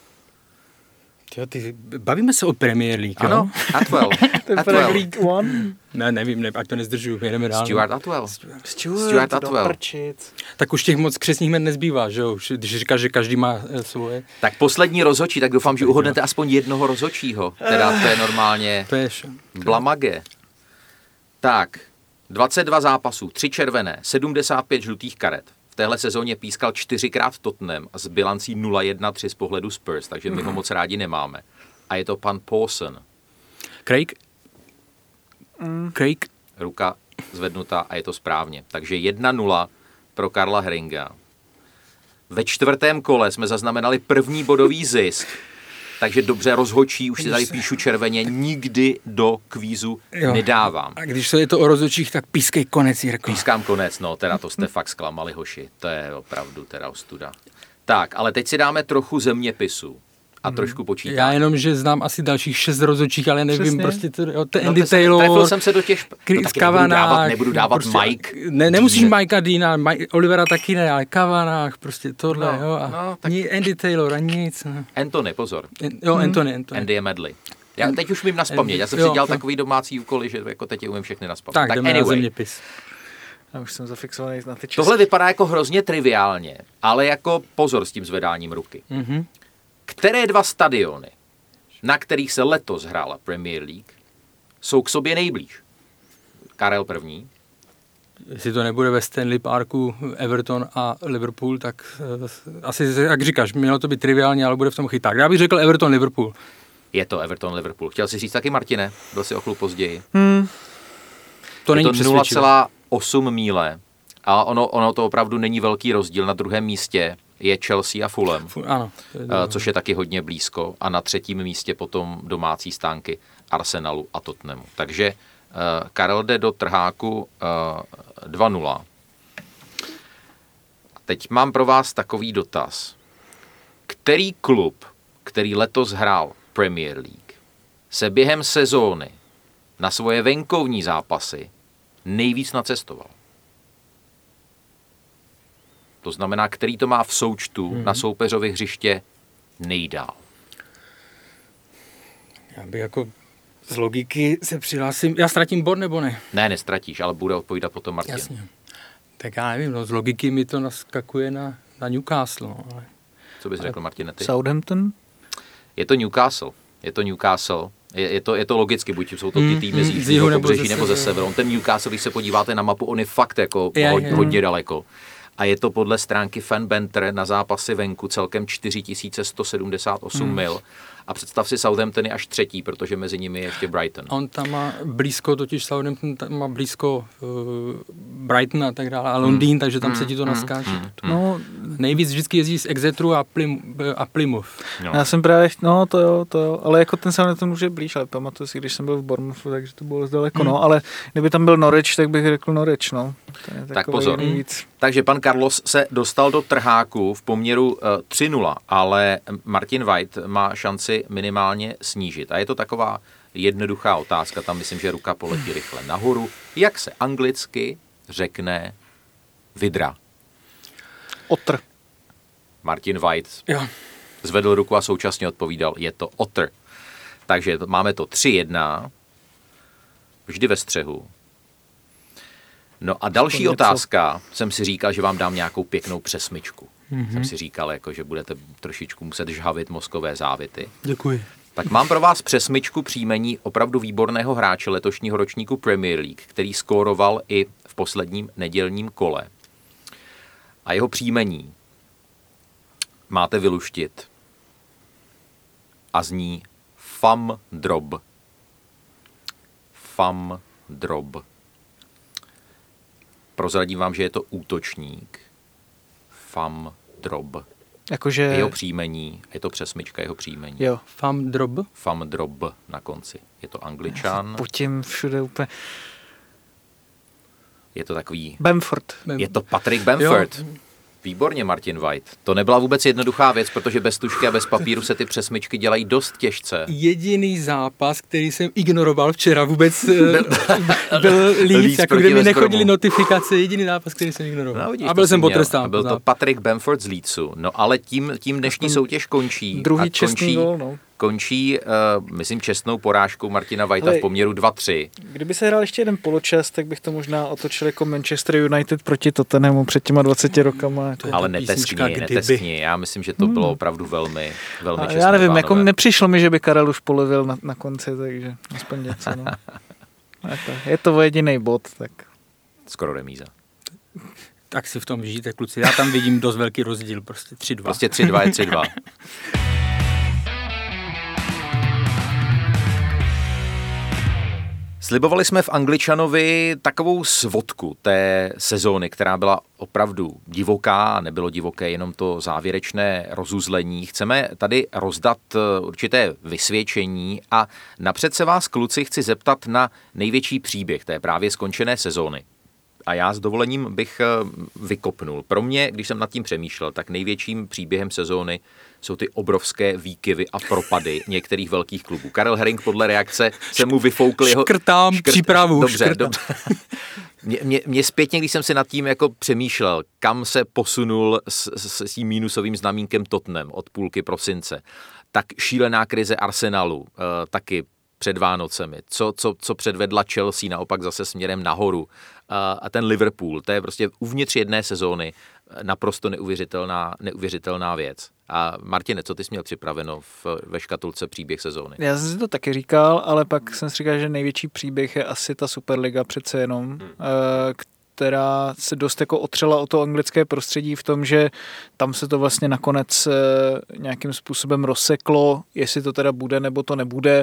Bavíme se o Premier League, ano, jo? Atwell. Premier League One? Nevím, ať to nezdržuju, jedeme dál. Stuart Atwell. Stuart Atwell. Tak už těch moc křestních jmen nezbývá, že jo? Když říkáš, že každý má svoje. Tak poslední rozhodčí, tak doufám, že uhodnete aspoň jednoho rozhodčího. Teda to je normálně blamage. Tak, 22 zápasů, 3 červené, 75 žlutých karet. V téhle sezóně pískal 4krát Tottenham a s bilancí 0-1-3 z pohledu Spurs, takže my ho moc rádi nemáme. A je to pan Pawson. Craig? Ruka zvednutá a je to správně. Takže 1-0 pro Karla Herringa. Ve 4. kole jsme zaznamenali první bodový zisk. Takže dobře, rozhodčí, už si tady píšu červeně, nikdy do kvízu nedávám. A když je to o rozhodčích, tak pískej konec, Jirko. Pískám konec, no, teda to jste fakt zklamali, hoši. To je opravdu teda ostuda. Tak, ale teď si dáme trochu zeměpisu a trošku počítání. Já jenom, že znám asi dalších 6 rozhodčích, ale nevím, prostě Andy Taylor. Trefil jsem se do těch, nebudu dávat prostě, Mike. Nemusíš Mikea Deana, Olivera taky ne, ale Kavanagh, prostě tohle, jo. A tak... Andy Taylor a nic. No. Anthony, pozor. Anthony. Andy je Medley. Já teď už umím naspamět, já jsem si dělal takový domácí úkoly, že jako teď umím všechny naspamět. Tak jdeme na zeměpis. Já už jsem zafixovaný na ty česky. Tohle vypadá jako hrozně triviálně, ale jako pozor s tím zvedáním ruky. Mm-hmm. Které 2 stadiony, na kterých se letos hrála Premier League, jsou k sobě nejblíž? Karel první. Jestli to nebude ve Stanley Parku Everton a Liverpool, tak asi, jak říkáš, mělo to být triviálně, ale bude v tom chyták. Já bych řekl Everton-Liverpool. Je to Everton-Liverpool. Chtěl jsi říct taky, Martine? Byl jsi o chlup později. To není přesvědčivé. 0,8 míle. A ono to opravdu není velký rozdíl. Na druhém místě je Chelsea a Fulham, ano, což je taky hodně blízko. A na 3. místě potom domácí stánky Arsenalu a Tottenhamu. Takže Karel jde do trháku 2-0. Teď mám pro vás takový dotaz. Který klub, který letos hrál Premier League, se během sezóny na svoje venkovní zápasy nejvíc nacestoval? To znamená, který to má v součtu na soupeřově hřiště nejdál. Já bych jako z logiky se přihlásím. Já ztratím bod nebo ne? Ne, nestratíš, ale bude odpovídat potom Martin. Jasně. Tak já nevím, z logiky mi to naskakuje na Newcastle. No, ale... Co bys řekl, Martine, ty? Southampton? Je to Newcastle. Je to logicky, buď jsou to ty týmy z jihu pobřeží nebo ze severu. Ten Newcastle, když se podíváte na mapu, on je fakt jako hodně daleko. A je to podle stránky FanBanter na zápasy venku celkem 4178 mil. A představ si, Southampton je až 3., protože mezi nimi je ještě Brighton. On tam má blízko, totiž Southampton tam má blízko Brighton a tak dále, a Londýn, takže tam se ti to naskáče. No, nejvíc vždycky jezdí z Exeteru a Plymouth. No. Já jsem právě, to jo, ale jako ten Southampton už je blíž, ale pamatuju si, když jsem byl v Bournemouthu, takže to bylo zdaleko, no, ale kdyby tam byl Norwich, tak bych řekl Norwich, no. Tak pozor. Takže pan Carlos se dostal do trháku v poměru 3-0, ale Martin White má šanci minimálně snížit. A je to taková jednoduchá otázka, tam myslím, že ruka poletí rychle nahoru. Jak se anglicky řekne vidra? Otter. Martin White zvedl ruku a současně odpovídal, je to otter. Takže máme to 3-1, vždy ve střehu. No a další otázka, jsem si říkal, že vám dám nějakou pěknou přesmyčku. Jsem si říkal, jako, že budete trošičku muset žhavit mozkové závity. Děkuji. Tak mám pro vás přesmyčku příjmení opravdu výborného hráče letošního ročníku Premier League, který skóroval i v posledním nedělním kole. A jeho příjmení máte vyluštit a zní Fam Drob. Fam Drob. Prozradím vám, že je to útočník. Fam Drob. Jakože... Jeho příjmení, je to přesmyčka jeho příjmení. Jo. Fam Drob? Fam Drob na konci. Je to Angličan. Potím všude úplně. Je to takový... Bamford. Je to Patrick Bamford. Jo. Výborně, Martin White. To nebyla vůbec jednoduchá věc, protože bez tužky a bez papíru se ty přesmyčky dělají dost těžce. Jediný zápas, který jsem ignoroval včera, vůbec byl Leeds, jako kde mi nechodily notifikace, jediný zápas, který jsem ignoroval. No, vidíš, a byl jsem potrestán. Byl to Patrick Bamford z Leedsu. No ale tím dnešní soutěž končí. Druhý čestný gól, no. Končí, myslím, čestnou porážkou Martina Whitea v poměru 2-3. Kdyby se hrál ještě jeden poločas, tak bych to možná otočil jako Manchester United proti Tottenhamu před těma 20 rokama. Ale neteskni. Já myslím, že to bylo opravdu velmi čestné. Já nevím, jako nepřišlo mi, že by Karel už polevil na konci, takže aspoň něco. No. Je to o jediný bod, tak. Skoro remíza. Tak si v tom žijete, kluci. Já tam vidím dost velký rozdíl, prostě 3-2. Prostě 3-2 je 3-2. Slibovali jsme v Angličanovi takovou svodku té sezóny, která byla opravdu divoká, nebylo divoké jenom to závěrečné rozuzlení. Chceme tady rozdat určité vysvědčení a napřed se vás, kluci, chci zeptat na největší příběh té právě skončené sezóny. A já s dovolením bych vykopnul. Pro mě, když jsem nad tím přemýšlel, tak největším příběhem sezóny jsou ty obrovské výkyvy a propady některých velkých klubů. Karel Herring podle reakce se mu vyfoukl jeho... Přípravu. Dobře. Mě zpětně, když jsem si nad tím jako přemýšlel, kam se posunul s tím mínusovým znamínkem Tottenham od půlky prosince, tak šílená krize Arsenalu, taky před Vánocemi, co předvedla Chelsea naopak zase směrem nahoru a ten Liverpool, to je prostě uvnitř jedné sezóny naprosto neuvěřitelná věc. A Martine, co ty jsi měl připraveno ve škatulce příběh sezóny? Já jsem si to taky říkal, ale pak jsem si říkal, že největší příběh je asi ta Superliga přece jenom, která se dost jako otřela o to anglické prostředí v tom, že tam se to vlastně nakonec nějakým způsobem rozseklo, jestli to teda bude nebo to nebude.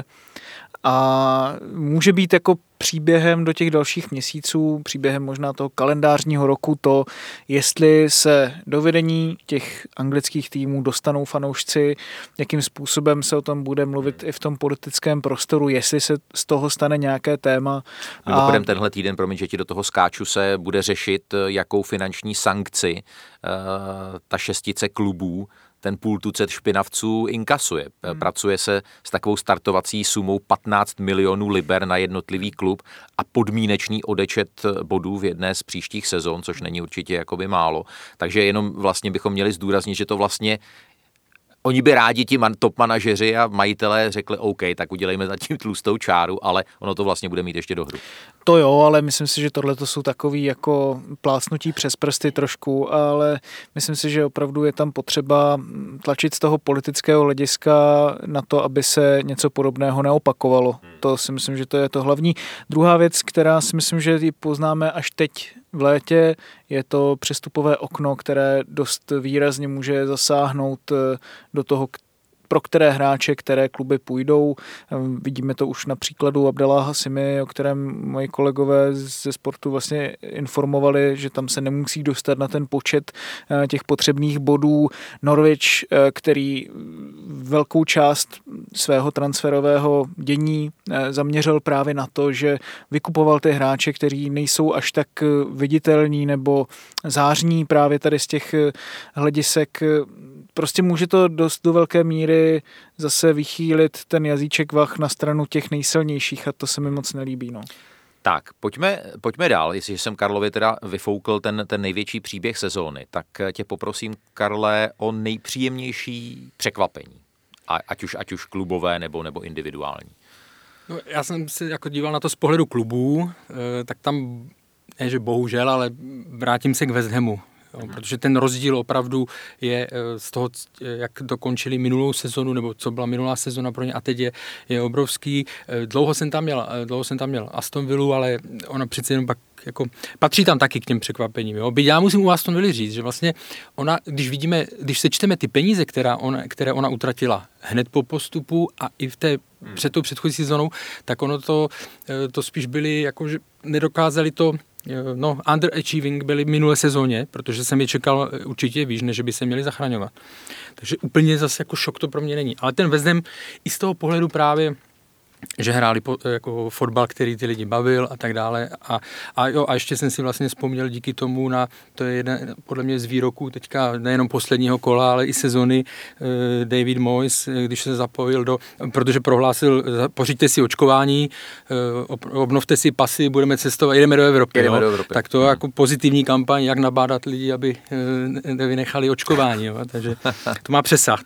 A může být jako příběhem do těch dalších měsíců, příběhem možná toho kalendářního roku to, jestli se do vedení těch anglických týmů dostanou fanoušci, jakým způsobem se o tom bude mluvit i v tom politickém prostoru, jestli se z toho stane nějaké téma. Mimochodem tenhle týden, promiň, že ti do toho skáču, se bude řešit, jakou finanční sankci ta šestice klubů ten půl tucet špinavců inkasuje. Pracuje se s takovou startovací sumou 15 milionů liber na jednotlivý klub a podmínečný odečet bodů v jedné z příštích sezon, což není určitě jakoby málo. Takže jenom vlastně bychom měli zdůraznit, že to vlastně oni by rádi ti top manažeři a majitelé řekli OK, tak udělejme za tím tlustou čáru, ale ono to vlastně bude mít ještě do hru. To jo, ale myslím si, že tohle to jsou takový jako plácnutí přes prsty trošku, ale myslím si, že opravdu je tam potřeba tlačit z toho politického hlediska na to, aby se něco podobného neopakovalo. To si myslím, že to je to hlavní. Druhá věc, která si myslím, že ji poznáme až teď v létě, je to přestupové okno, které dost výrazně může zasáhnout do toho, pro které hráče, které kluby půjdou. Vidíme to už na příkladu Abdeláha Simy, o kterém moji kolegové ze sportu vlastně informovali, že tam se nemusí dostat na ten počet těch potřebných bodů. Norwich, který velkou část svého transferového dění zaměřil právě na to, že vykupoval ty hráče, kteří nejsou až tak viditelní nebo zářní právě tady z těch hledisek. Prostě může to dost do velké míry zase vychýlit ten jazyček vah na stranu těch nejsilnějších a to se mi moc nelíbí. No. Tak, pojďme dál, jestliže jsem Karlovi teda vyfoukl ten největší příběh sezóny, tak tě poprosím, Karle, o nejpříjemnější překvapení, ať už klubové nebo individuální. No, já jsem se jako díval na to z pohledu klubů, tak tam, ne že bohužel, ale vrátím se k West Hamu. Protože ten rozdíl opravdu je z toho, jak dokončili minulou sezonu, nebo co byla minulá sezona pro ně a teď je obrovský. Dlouho jsem tam měl Aston Villu, ale ona přece jenom pak jako patří tam taky k těm překvapením. Jo? Byť já musím u Aston Villy říct, že vlastně ona, když sečteme ty peníze, které ona utratila hned po postupu a i před tou předchozí sezónou, tak ono to spíš byly, jako že nedokázali to underachieving byli minulé sezóně, protože jsem je čekal určitě výš, než by se měli zachraňovat. Takže úplně zase jako šok to pro mě není. Ale ten West Ham i z toho pohledu právě, že hráli jako fotbal, který ty lidi bavil a tak dále. A ještě jsem si vlastně vzpomněl díky tomu to je jeden podle mě z výroků teďka nejenom posledního kola, ale i sezony David Moyes, když se zapojil protože prohlásil, pořiďte si očkování, obnovte si pasy, budeme cestovat, jdeme do Evropy. Tak to je jako pozitivní kampaň, jak nabádat lidi, aby nevynechali očkování. Jo. Takže to má přesah.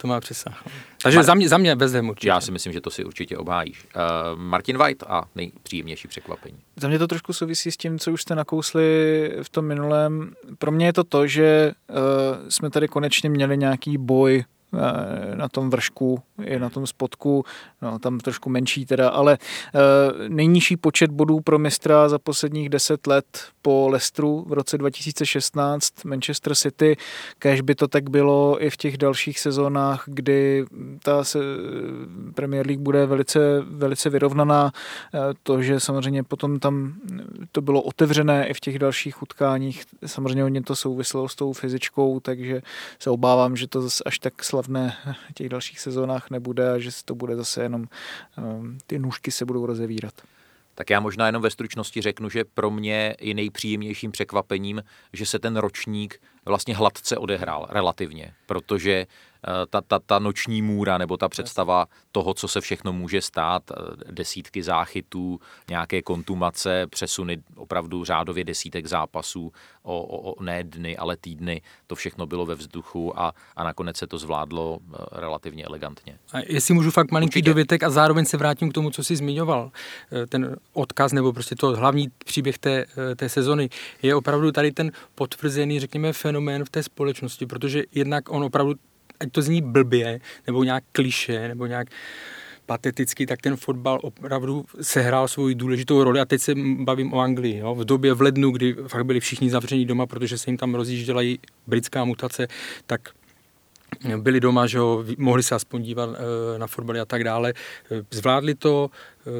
Takže za mě West Ham určitě. Já si myslím, že to si určitě obhájíš. Martin White a nejpříjemnější překvapení. Za mě to trošku souvisí s tím, co už jste nakousli v tom minulém. Pro mě je to, že jsme tady konečně měli nějaký boj na tom vršku je na tom spodku, no tam trošku menší teda, ale nejnižší počet bodů pro mistra za posledních 10 let po Leicesteru v roce 2016, Manchester City, kéž by to tak bylo i v těch dalších sezónách, kdy ta Premier League bude velice vyrovnaná. To, že samozřejmě potom tam to bylo otevřené i v těch dalších utkáních, samozřejmě hodně to souviselo s tou fyzičkou, takže se obávám, že to zase až tak slavné v těch dalších sezónách nebude a že to bude zase jenom ty nůžky se budou rozevírat. Tak já možná jenom ve stručnosti řeknu, že pro mě je nejpříjemnějším překvapením, že se ten ročník vlastně hladce odehrál relativně, protože ta noční můra nebo ta představa toho, co se všechno může stát, desítky záchytů, nějaké kontumace, přesuny opravdu řádově desítek zápasů o ne dny, ale týdny, to všechno bylo ve vzduchu a nakonec se to zvládlo relativně elegantně. A jestli můžu fakt malinký dovětek a zároveň se vrátím k tomu, co jsi zmiňoval, ten odkaz nebo prostě to hlavní příběh té sezony, je opravdu tady ten potvrzený, řekněme, fenomén v té společnosti, protože jednak on opravdu, ať to zní blbě, nebo nějak klišé, nebo nějak pateticky, tak ten fotbal opravdu sehrál svou důležitou roli. A teď se bavím o Anglii. Jo? V době v lednu, kdy fakt byli všichni zavření doma, protože se jim tam rozjížděla i britská mutace, tak byli doma, že jo, mohli se aspoň dívat na fotbal a tak dále. Zvládli to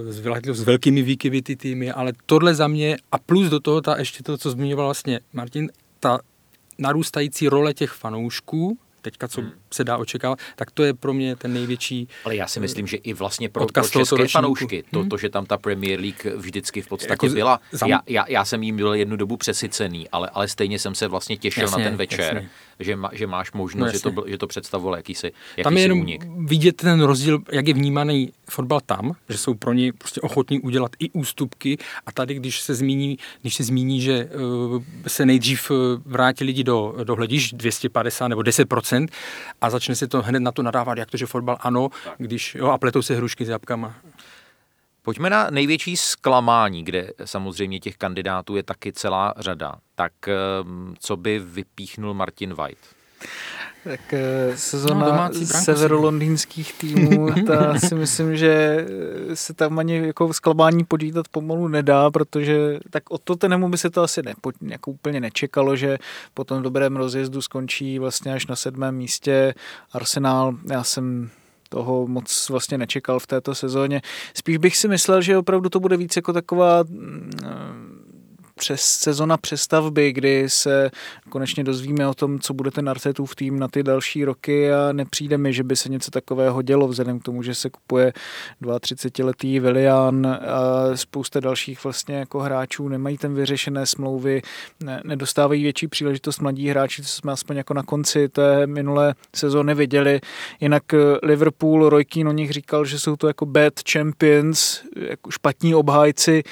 s velkými výkyvy ty týmy, ale tohle za mě a plus do toho ještě to, co zmiňoval vlastně Martin, ta narůstající role těch fanoušků, teďka, co se dá očekávat, tak to je pro mě ten největší. Ale já si myslím, že i vlastně pro české fanoušky, to, že tam ta Premier League vždycky v podstatě jako byla. Já jsem jim byl jednu dobu přesycený, ale stejně jsem se vlastně těšil na ten večer, že máš možnost, že to představovalo jakýsi tam je jenom únik. Vidět ten rozdíl, jak je vnímaný fotbal tam, že jsou pro ně prostě ochotní udělat i ústupky a tady, když se zmíní, že se nejdřív vrátí lidi do hledišť 250 nebo 10%, a začne se to hned na to nadávat, jak to, že fotbal ano, když a pletou se hrušky s jabkama. Pojďme na největší zklamání, kde samozřejmě těch kandidátů je taky celá řada. Tak co by vypíchnul Martin White? Tak sezona severolondýnských týmů, ta si myslím, že se tam ani jako zklamání počítat pomalu nedá, protože tak od Tottenhamu by se to asi jako úplně nečekalo, že po tom dobrém rozjezdu skončí vlastně až na 7. místě. Arsenal, já jsem toho moc vlastně nečekal v této sezóně. Spíš bych si myslel, že opravdu to bude víc jako taková sezona přestavby, kdy se konečně dozvíme o tom, co bude ten Artetův tým na ty další roky a nepřijde mi, že by se něco takového dělo vzhledem k tomu, že se kupuje 32letý Willian a spousta dalších vlastně jako hráčů nemají ten vyřešené smlouvy, nedostávají větší příležitost mladí hráči, co jsme aspoň jako na konci té minulé sezóny viděli. Jinak Liverpool, Roy Keane o nich říkal, že jsou to jako bad champions, jako špatní obhájci.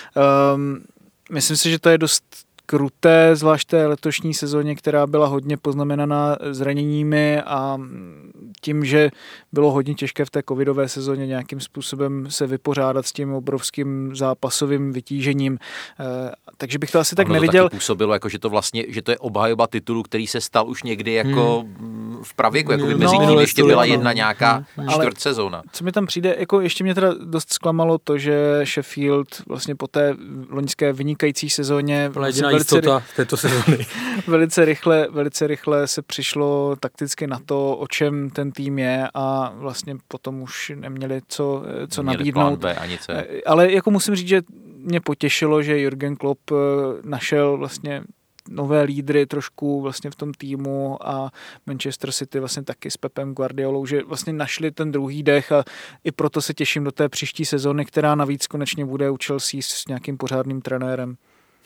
Myslím si, že to je dost kruté, zvlášť té letošní sezóně, která byla hodně poznamenaná zraněními a tím, že bylo hodně těžké v té covidové sezóně nějakým způsobem se vypořádat s tím obrovským zápasovým vytížením. Takže bych to asi tak neviděl. To taky působilo, jako, že to vlastně, že to je obhajoba titulu, který se stal už někdy jako v pravěku, jako by mezi tím ještě byla jedna nějaká čtvrt sezóna. Co mi tam přijde, jako ještě mě teda dost zklamalo to, že Sheffield vlastně po té loňské vynikající sezóně jistota této sezóny. velice rychle se přišlo takticky na to, o čem ten tým je a vlastně potom už neměli co nabídnout. Plán B ani C. Ale jako musím říct, že mě potěšilo, že Jürgen Klopp našel vlastně nové lídry trošku vlastně v tom týmu a Manchester City vlastně taky s Pepem Guardiolou, že vlastně našli ten druhý dech a i proto se těším do té příští sezóny, která navíc konečně bude u Chelsea s nějakým pořádným trenérem.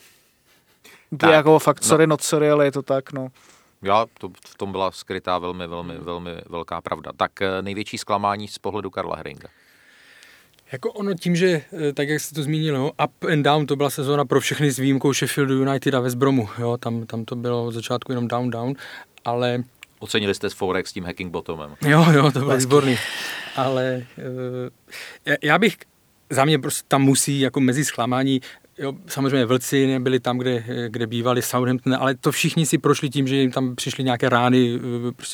Tak, jako fakt sorry, not sorry, ale je to tak, no. Já, v tom byla skrytá velmi velká pravda. Tak největší zklamání z pohledu Karla Herringa. Jako ono tím, že tak jak jste to zmínil, no, up and down, to byla sezóna pro všechny s výjimkou Sheffieldu United a West Bromu. Jo, tam to bylo od začátku jenom down, ale... Ocenili jste s Forex s tím hacking bottomem. Jo, to bylo výborný. Ale já bych, za mě prostě tam musí jako mezi zklamání jo, samozřejmě Vlci nebyli tam, kde bývali Southampton, ale to všichni si prošli tím, že jim tam přišly nějaké rány, prostě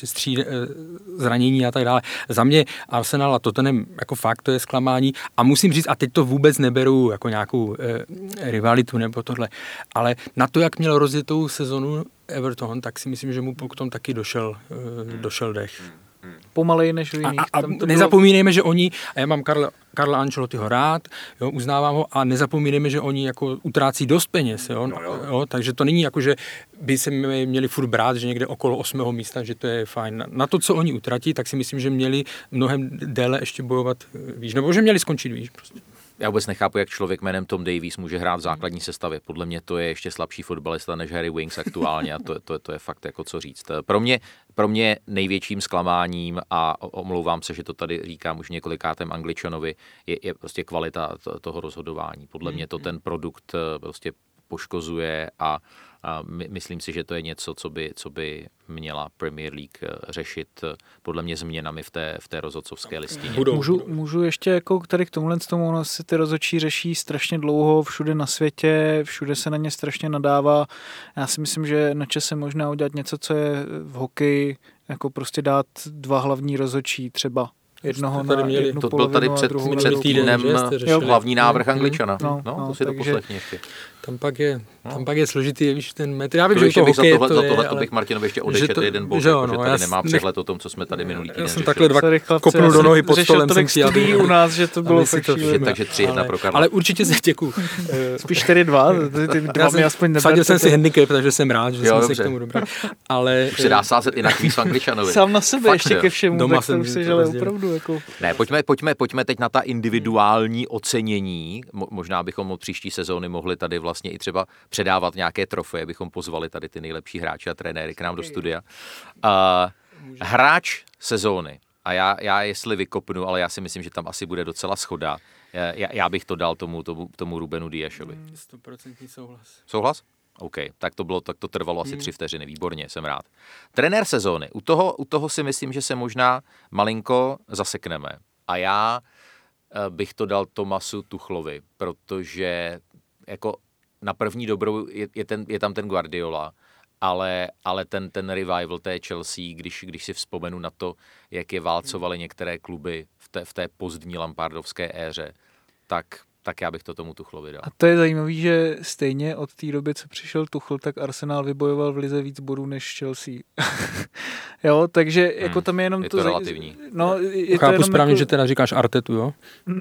zranění a tak dále. Za mě Arsenal a Tottenham jako fakt to je zklamání a musím říct, a teď to vůbec neberu jako nějakou rivalitu nebo tohle, ale na to, jak měl rozjetou sezonu Everton, tak si myslím, že mu potom taky došel dech. Pomalej než v jiných. A nezapomínejme, že oni, a já mám Carla Ancelottiho rád, jo, uznávám ho, a nezapomínejme, že oni jako utrácí dost peněz, jo, jo, takže to není jako, že by se měli furt brát, že někde okolo 8. místa, že to je fajn. Na to, co oni utratí, tak si myslím, že měli mnohem déle ještě bojovat výš, nebo že měli skončit výš prostě. Já vůbec nechápu, jak člověk jménem Tom Davies může hrát v základní sestavě. Podle mě to je ještě slabší fotbalista než Harry Winks aktuálně a to je fakt jako co říct. Pro mě největším zklamáním, a omlouvám se, že to tady říkám už několikátem Angličanovi, je prostě kvalita toho rozhodování. Podle mě to ten produkt prostě poškozuje a myslím si, že to je něco, co by měla Premier League řešit podle mě změnami v té rozhodcovské listině. Můžu ještě jako tady k tomuhle tomu, ono se ty rozhodčí řeší strašně dlouho všude na světě, všude se na ně strašně nadává. Já si myslím, že na čase možná udělat něco, co je v hokeji, jako prostě dát 2 hlavní rozhodčí třeba. Jednoho na jednu to byl tady před týdnem hlavní návrh Angličana. To si to poslechni ještě. Tam pak je složitý, víš, ten metr. Já vím, že to hokej to je, ale bych Martinovi ještě odečetl jeden bod, že tady nemá přehled o tom, co jsme tady minulý týden řešili. Já jsem takhle 2 kopnul do nohy pod stolem. Jsem si u nás, že to bylo fakt šílené. Takže 3-1 pro Karla. Ale určitě se děkuju. Spíš 4-2, ty 2 mi aspoň neberte. Vsadil jsem si handicap, takže jsem rád, že jsem se k tomu dobrý. Ale už se dá sázet i na kvíz Angličanovi. Sám na sebe ještě ke všemu, tak to už si žele opravdu jako. Ne, pojďme teď na ta individuální ocenění. Možná bychom od příští sezóny mohli tady vlastně i třeba předávat nějaké trofeje, bychom pozvali tady ty nejlepší hráče a trenéry k nám do studia. Hráč sezóny. A já jestli vykopnu, ale já si myslím, že tam asi bude docela shoda. Já bych to dal tomu Rubenu Diashovi. 100% souhlas. Souhlas? OK, tak to trvalo asi 3 vteřiny, výborně, jsem rád. Trenér sezóny, u toho si myslím, že se možná malinko zasekneme. A já bych to dal Thomasu Tuchlovi, protože jako na první dobrou je tam ten Guardiola, ale ten revival té Chelsea, když si vzpomenu na to, jak je válcovaly některé kluby v té pozdní lampardovské éře, tak já bych to tomu Tuchlovi dal. A to je zajímavý, že stejně od té doby, co přišel Tuchl, tak Arsenal vybojoval v lize víc bodů než Chelsea. Jo, takže jako tam je jenom je to relativní. Chápu správně, že teda říkáš Artetu, jo?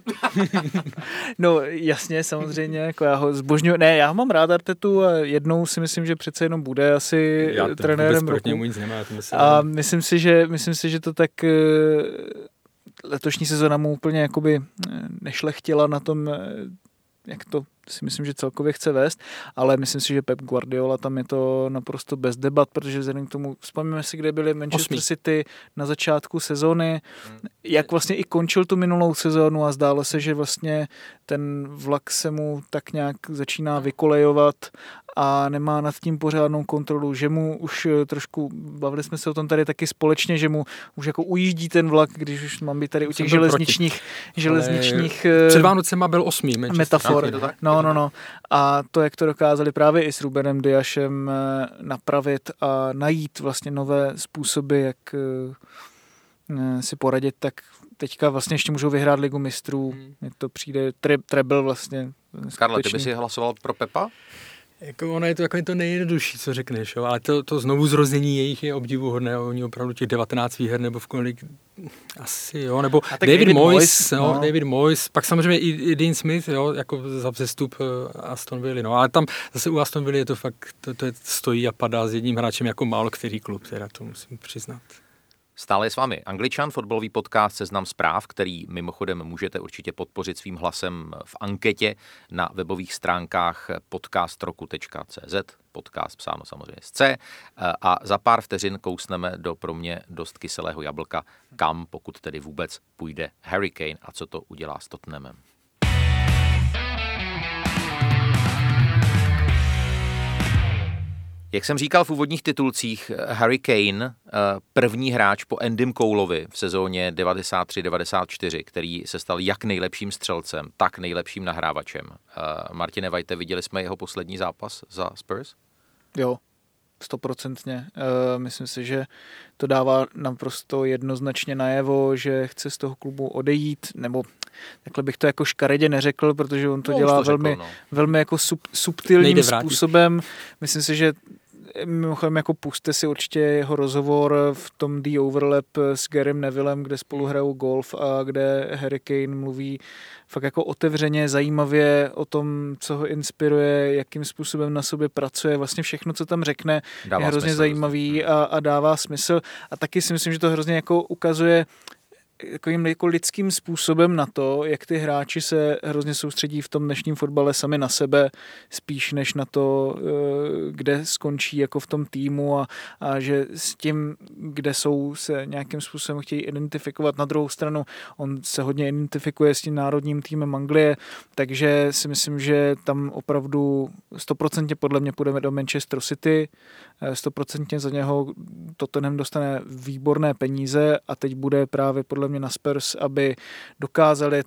No jasně, samozřejmě, jako já ho zbožňuji. Ne, já mám rád Artetu a jednou si myslím, že přece jenom bude asi trenérem roku. Nic nemá, a myslím si, že to tak letošní sezona mu úplně jakoby nešlechtila na tom, jak to si myslím, že celkově chce vést, ale myslím si, že Pep Guardiola tam je to naprosto bez debat, protože vzhledem k tomu, vzpomněme si, kde byli Manchester City na začátku sezony, jak vlastně i končil tu minulou sezónu a zdálo se, že vlastně ten vlak se mu tak nějak začíná vykolejovat a nemá nad tím pořádnou kontrolu, že mu už trošku, bavili jsme se o tom tady taky společně, že mu už jako ujíždí ten vlak, když už mám být tady u těch železničních před Vánocema byl 8. metafor. No. A to, jak to dokázali právě i s Rubenem Diashem napravit a najít vlastně nové způsoby, jak si poradit, tak teďka vlastně ještě můžou vyhrát Ligu mistrů. Mně to přijde treble vlastně. Karle, ty by si hlasoval pro Pepa? Jako ono je to jako to nejjednodušší, co řekneš, jo? Ale to znovu zrození jejich je obdivuhodné, oni opravdu těch 19 výher nebo v kolik asi, jo, nebo David Moyes, pak samozřejmě i Dean Smith, jo, jako za vzestup Aston Villa, no, ale tam zase u Aston Villa je to fakt, to stojí a padá s jedním hráčem jako málo který klub, teda to musím přiznat. Stále je s vámi Angličan, fotbalový podcast Seznam zpráv, který mimochodem můžete určitě podpořit svým hlasem v anketě na webových stránkách podcastroku.cz, podcast psáno samozřejmě s C, a za pár vteřin kousneme do pro mě dost kyselého jablka, kam, pokud tedy vůbec půjde Harry Kane a co to udělá s Tottenhamem. Jak jsem říkal v úvodních titulcích, Harry Kane, první hráč po Andym Coleovi v sezóně 93-94, který se stal jak nejlepším střelcem, tak nejlepším nahrávačem. Martine Vajte, viděli jsme jeho poslední zápas za Spurs? Jo, 100%. Myslím si, že to dává naprosto jednoznačně najevo, že chce z toho klubu odejít, nebo takhle bych to jako škaredě neřekl, protože on to dělá velmi jako subtilním způsobem. Myslím si, že mimochodem jako puste si určitě jeho rozhovor v tom The Overlap s Garym Nevillem, kde spolu hrajou golf a kde Harry Kane mluví fakt jako otevřeně, zajímavě o tom, co ho inspiruje, jakým způsobem na sobě pracuje. Vlastně všechno, co tam řekne, je hrozně zajímavý a dává smysl. A taky si myslím, že to hrozně jako ukazuje jako lidským způsobem na to, jak ty hráči se hrozně soustředí v tom dnešním fotbale sami na sebe, spíš než na to, kde skončí jako v tom týmu a že s tím, kde jsou, se nějakým způsobem chtějí identifikovat. Na druhou stranu on se hodně identifikuje s tím národním týmem Anglie, takže si myslím, že tam opravdu 100% podle mě půjdeme do Manchester City, 100% za něho Tottenham dostane výborné peníze a teď bude právě podle mě na Spurs, aby dokázali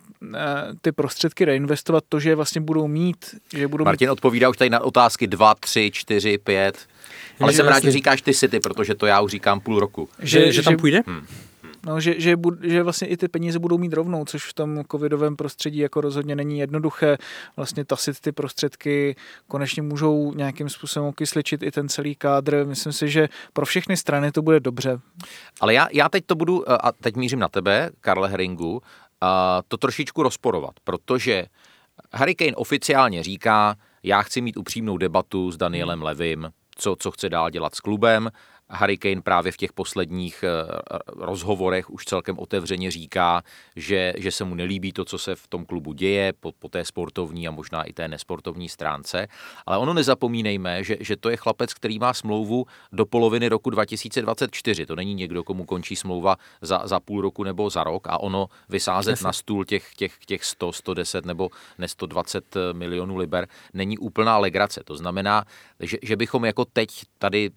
ty prostředky reinvestovat, to, že je vlastně budou mít. Že budou Martin odpovídá už tady na otázky 2, 3, 4, 5. Ale jsem rád, že říkáš ty City, protože to já už říkám půl roku. Že tam půjde? No, že vlastně i ty peníze budou mít rovnou, což v tom covidovém prostředí jako rozhodně není jednoduché. Vlastně tasit ty prostředky konečně můžou nějakým způsobem okysličit i ten celý kádr. Myslím si, že pro všechny strany to bude dobře. Ale já teď to budu, a teď mířím na tebe, Karle Herringu, to trošičku rozporovat, protože Harry Kane oficiálně říká, já chci mít upřímnou debatu s Danielem Levym, co chce dál dělat s klubem. Harry Kane právě v těch posledních rozhovorech už celkem otevřeně říká, že se mu nelíbí to, co se v tom klubu děje po té sportovní a možná i té nesportovní stránce. Ale ono nezapomínejme, že to je chlapec, který má smlouvu do poloviny roku 2024. To není někdo, komu končí smlouva za půl roku nebo za rok a ono vysázet na stůl těch 100, 110 nebo ne 120 milionů liber není úplná legrace. To znamená, že bychom jako teď tady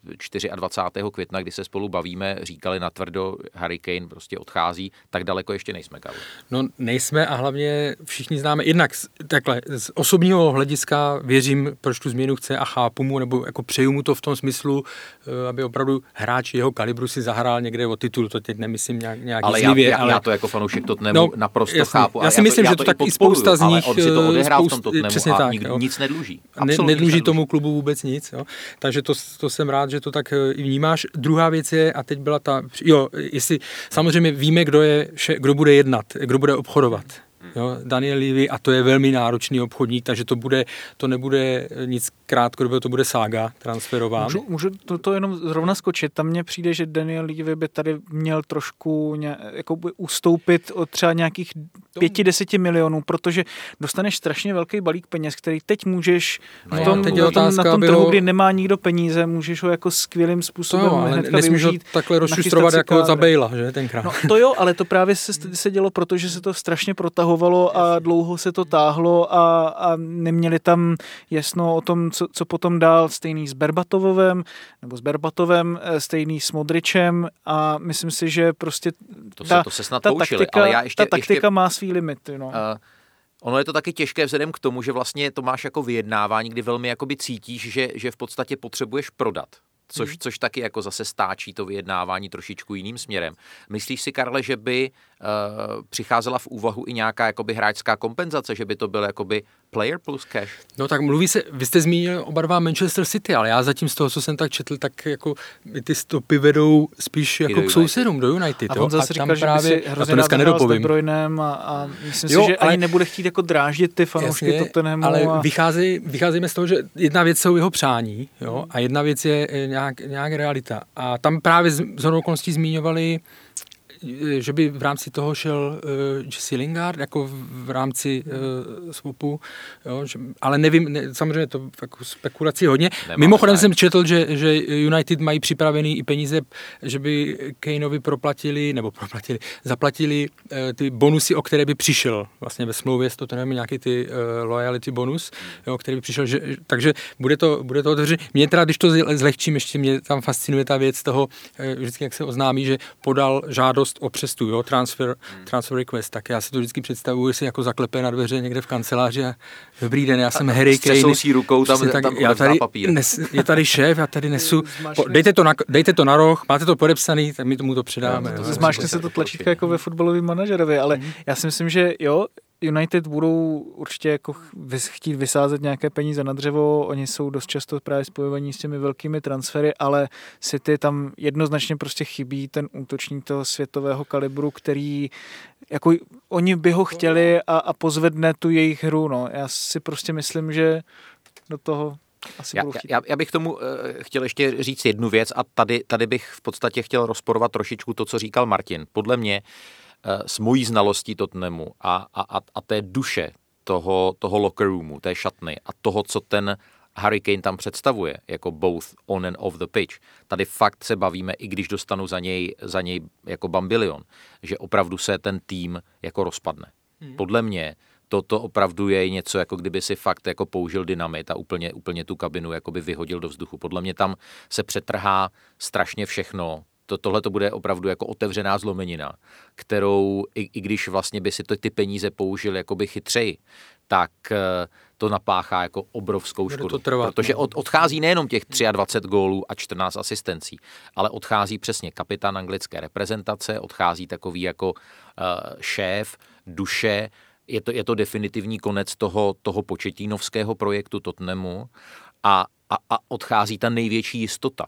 24. května, kdy se spolu bavíme, říkali natvrdo, Harry Kane prostě odchází, tak daleko ještě nejsme, Karlo. No nejsme a hlavně všichni známe, jednak takhle, z osobního hlediska věřím, proč tu změnu chce a chápu mu, nebo jako přeju mu to v tom smyslu, aby opravdu hráč jeho kalibru si zahrál někde o titul, to teď nemyslím nějaký zlivě. Ale já to jako fanoušek Tottenhamu naprosto chápu. Já si myslím, že to tak i spousta z nich, on si to odehrál v tom Tottenhamu a nic nedluží. Nedluží tomu klubu vůbec nic. Jo. Takže to jsem rád, že to tak i vnímáš. Druhá věc je, a teď byla jestli samozřejmě víme, kdo bude jednat, kdo bude obchodovat. Jo, Daniel Levy, a to je velmi náročný obchodník, takže to nebude nic krátkodobého, to bude sága transferová. Můžu to jenom zrovna skočit. Tam mně přijde, že Daniel Levy by tady měl trošku jakoby ustoupit od třeba nějakých 5-10 milionů, protože dostaneš strašně velký balík peněz, který teď můžeš na tom trhu, kdy nemá nikdo peníze, můžeš ho jako skvělým způsobem hnedka využít. Nesmíš ho takhle rozšustrovat jako za Bejla, že tenkrát. No to jo, ale to právě se dělo, protože se to strašně protahovalo a dlouho se to táhlo a neměli tam jasno o tom, co potom dál, stejný s Berbatovem, stejný s Modričem a myslím si, že prostě to se snad poučili, ale já ještě taktika má svý limity. No. Ono je to taky těžké vzhledem k tomu, že vlastně to máš jako vyjednávání, kdy velmi jakoby cítíš, že v podstatě potřebuješ prodat. Což taky jako zase stáčí to vyjednávání trošičku jiným směrem. Myslíš si, Karle, že by přicházela v úvahu i nějaká jakoby hráčská kompenzace, že by to byl jakoby player plus cash? No tak vy jste zmínil oba dva Manchester City, ale já zatím z toho, co jsem tak četl, tak jako ty stopy vedou spíš jako k sousedům do United. A on zase říkal, že by si hrozně rád hrál s De Bruynem a myslím si, že ani nebude chtít jako dráždit ty fanoušky Tottenhamu. Ale vycházejme z toho, že jedna věc jsou jeho přání, jo, a jedna věc je nějak realita. A tam právě z okolností zmiňovali že by v rámci toho šel Jesse Lingard, jako v rámci swapu, jo, ale nevím, samozřejmě to jako spekulací hodně. Mimochodem jsem četl, že United mají připravený i peníze, že by Kaneovi zaplatili ty bonusy, o které by přišel vlastně ve smlouvě s Tottenhamem, nějaký ty loyalty bonus, jo, který by přišel, takže bude to otevřené. Mě teda, když to zlehčím, ještě mě tam fascinuje ta věc toho, vždycky jak se oznámí, že podal žádost o přestup, jo, transfer request, tak já si to vždycky představuji, jestli jako zaklepe na dveře někde v kanceláři a dobrý den, já jsem Harry Kane. S třesou rukou tam papír. Je tady šéf, já tady nesu, dejte to na roh, máte to podepsaný, tak my tomu to předáme. Zmáčkne se to tlačítko jako ve fotbalovém manažerovi, ale já si myslím, že jo, United budou určitě jako chtít vysázet nějaké peníze na dřevo, oni jsou dost často právě spojovaní s těmi velkými transfery, ale City tam jednoznačně prostě chybí ten útočník toho světového kalibru, který jako oni by ho chtěli a pozvedne tu jejich hru, no. Já si prostě myslím, že do toho asi budu chtít. Já bych tomu chtěl ještě říct jednu věc a tady bych v podstatě chtěl rozporovat trošičku to, co říkal Martin. Podle mě s mojí znalostí Tottenhamu a té duše toho locker roomu, té šatny a toho, co ten Harry Kane tam představuje, jako both on and off the pitch. Tady fakt se bavíme, i když dostanu za něj jako bambilion, že opravdu se ten tým jako rozpadne. Podle mě toto opravdu je něco, jako kdyby si fakt jako použil dynamit a úplně tu kabinu jakoby vyhodil do vzduchu. Podle mě tam se přetrhá strašně všechno. Tohle to bude opravdu jako otevřená zlomenina, kterou, i když vlastně by si ty peníze použil jakoby chytřeji, tak to napáchá jako obrovskou škodu. Protože odchází nejenom těch 23 gólů a 14 asistencí, ale odchází přesně kapitán anglické reprezentace, odchází takový jako šéf, duše. Je to definitivní konec toho početínovského projektu Tottenhamu a odchází ta největší jistota.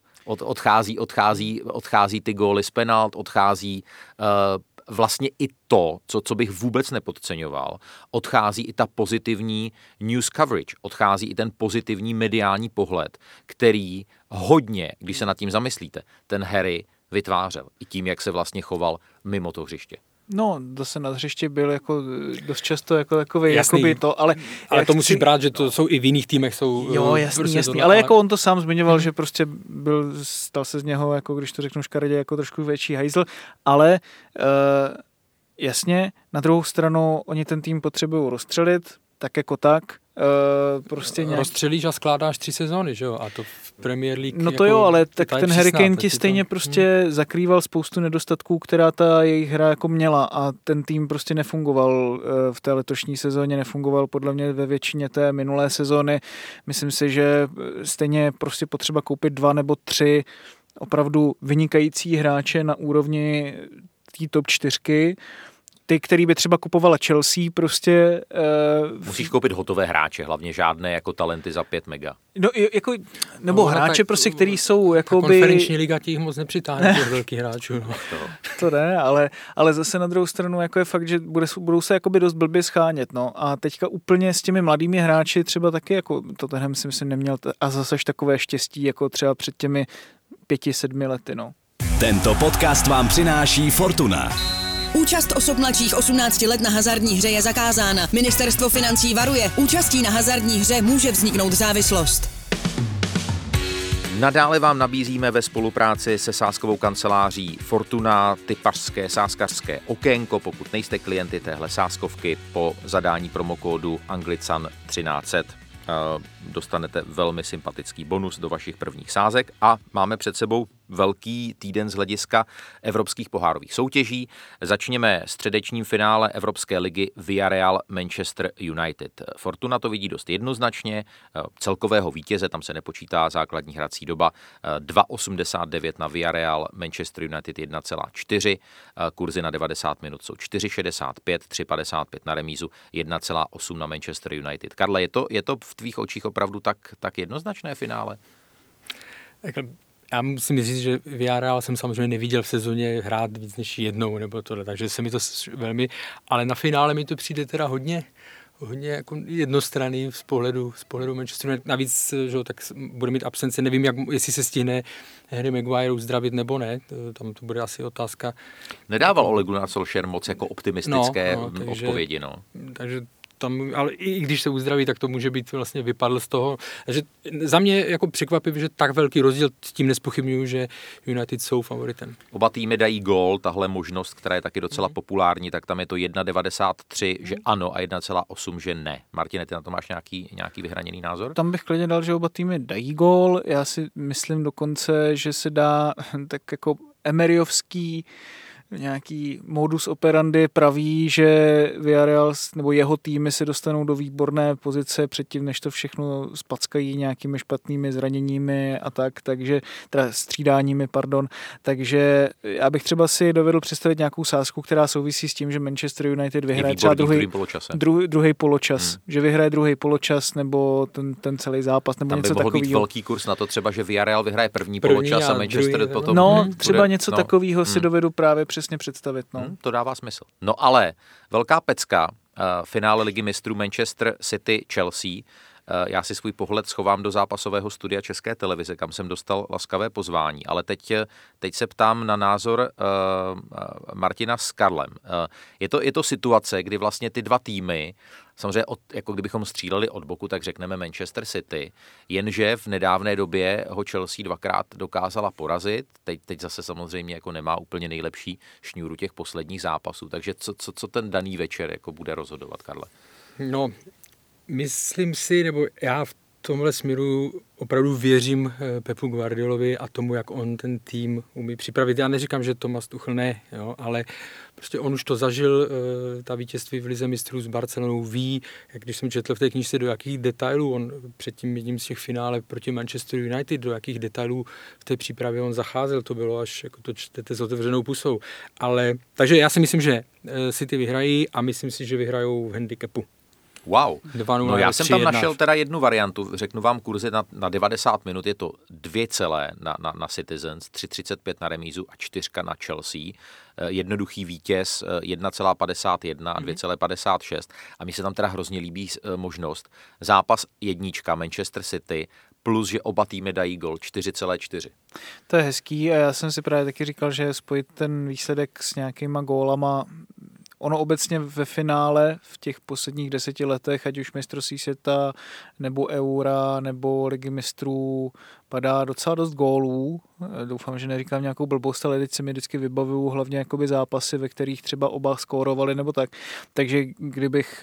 Odchází ty góly z penalt, odchází vlastně i to, co bych vůbec nepodceňoval, odchází i ta pozitivní news coverage, odchází i ten pozitivní mediální pohled, který hodně, když se nad tím zamyslíte, ten Harry vytvářel i tím, jak se vlastně choval mimo to hřiště. No, zase na hřišti byl jako dost často jako takový, jakoby to, ale to musíš brát, že to jsou i v jiných týmech jsou. Jo, jasný, ale jako on to sám zmiňoval, že prostě stal se z něho, jako když to řeknu škaredě, jako trošku větší hajzl, ale jasně, na druhou stranu oni ten tým potřebují rozstřelit, tak jako tak. Prostě nějak... Rozstřelíš a skládáš 3 sezóny, že jo? A to v Premier League... No to jako, jo, ale tak ten Harry Kane ti stejně prostě zakrýval spoustu nedostatků, která ta jejich hra jako měla a ten tým prostě nefungoval v té letošní sezóně, nefungoval podle mě ve většině té minulé sezóny. Myslím si, že stejně prostě potřeba koupit 2 nebo 3 opravdu vynikající hráče na úrovni té top 4, ty, který by třeba kupovala Chelsea, prostě... Musíš koupit hotové hráče, hlavně žádné jako talenty za 5 mega. No, jako, nebo hráče prostě, který jsou jakoby... Konferenční liga těch moc nepřitáhne těch velkých hráčů. No. To ne, ale zase na druhou stranu jako je fakt, že budou se jakoby dost blbě schánět, no. A teďka úplně s těmi mladými hráči třeba taky, jako Tottenham si myslím neměl a zase takové štěstí, jako třeba před těmi 5-7 lety, no. Tento podcast vám přináší Fortuna. Účast osob mladších 18 let na hazardní hře je zakázána. Ministerstvo financí varuje. Účastí na hazardní hře může vzniknout závislost. Nadále vám nabízíme ve spolupráci se sázkovou kanceláří Fortuna tipařské sázkařské okénko. Pokud nejste klienty téhle sázkovky, po zadání promokódu Anglican 1300 dostanete velmi sympatický bonus do vašich prvních sázek a máme před sebou velký týden z hlediska evropských pohárových soutěží. Začněme středečním finále Evropské ligy Villarreal Manchester United. Fortuna to vidí dost jednoznačně, celkového vítěze, tam se nepočítá základní hrací doba, 2,89 na Villarreal, Manchester United 1,4, kurzy na 90 minut jsou 4,65, 3,55 na remízu, 1,8 na Manchester United. Karle, je to v tvých očích opravdu tak jednoznačné finále? Já musím říct, že Villarreal jsem samozřejmě neviděl v sezóně hrát víc než jednou nebo tohle, takže se mi to velmi, ale na finále mi to přijde teda hodně jako jednostranný z pohledu Manchesteru. Navíc, že tak bude mít absence, nevím, jestli se stihne Harry Maguire uzdravit nebo ne, tam to bude asi otázka. Nedával Ole Gunnar Solskjaer moc jako optimistické odpovědi, no. Takže tam, ale i když se uzdraví, tak to může být vlastně vypadl z toho. Takže za mě jako překvapivý, že tak velký rozdíl, s tím nezpochybňuju, že United jsou favoritem. Oba týmy dají gól, tahle možnost, která je taky docela populární, tak tam je to 1,93, že ano, a 1,8, že ne. Martine, ty na to máš nějaký vyhraněný názor? Tam bych klidně dal, že oba týmy dají gól. Já si myslím dokonce, že se dá tak jako emeryovský nějaký modus operandi praví, že Villarreal nebo jeho týmy se dostanou do výborné pozice předtím, než to všechno spackají nějakými špatnými zraněními a tak, takže teda střídáními, takže já bych třeba si dovedl představit nějakou sázku, která souvisí s tím, že Manchester United vyhraje třeba druhý poločas, že vyhraje druhý poločas nebo ten celý zápas nebo tam něco takového. Tam by mohl být velký kurz na to třeba, že Villarreal vyhraje první poločas a Manchester potom... No, třeba něco takového si dovedu právě přesně představit. No. To dává smysl. No ale velká pecka, finále Ligy mistrů Manchester City Chelsea. Já si svůj pohled schovám do zápasového studia České televize, kam jsem dostal laskavé pozvání, ale teď se ptám na názor Martina s Karlem. Je to situace, kdy vlastně ty dva týmy, samozřejmě jako kdybychom stříleli od boku, tak řekneme Manchester City, jenže v nedávné době ho Chelsea dvakrát dokázala porazit, teď zase samozřejmě jako nemá úplně nejlepší šňůru těch posledních zápasů, takže co ten daný večer jako bude rozhodovat, Karle? No, myslím si, nebo já v tomhle směru opravdu věřím Pepu Guardiolovi a tomu, jak on ten tým umí připravit. Já neříkám, že Thomas Tuchel ne, jo, ale prostě on už to zažil, ta vítězství v Lize mistrů s Barcelonou, ví, jak když jsem četl v té knížce, do jakých detailů on před tím jedním z těch finále proti Manchesteru United, do jakých detailů v té přípravě on zacházel, to bylo až, jako to čtete s otevřenou pusou. Takže já si myslím, že City vyhrají a myslím si, že vyhrajou v handicapu. Wow. No já jsem tam našel teda jednu variantu, řeknu vám kurzy na 90 minut, je to 2 celé na Citizens, 3,35 na remízu a 4 na Chelsea. Jednoduchý vítěz 1,51 a 2,56 a mně se tam teda hrozně líbí možnost. Zápas 1 Manchester City plus, že oba týmy dají gol 4,4. To je hezký a já jsem si právě taky říkal, že spojit ten výsledek s nějakýma gólama. Ono obecně ve finále v těch posledních 10 letech, ať už mistrovství světa, nebo Eura, nebo Ligy mistrů, padá docela dost gólů. Doufám, že neříkám nějakou blbost, ale teď si mi vždycky vybavuju hlavně jakoby zápasy, ve kterých třeba oba skórovali nebo tak. Takže kdybych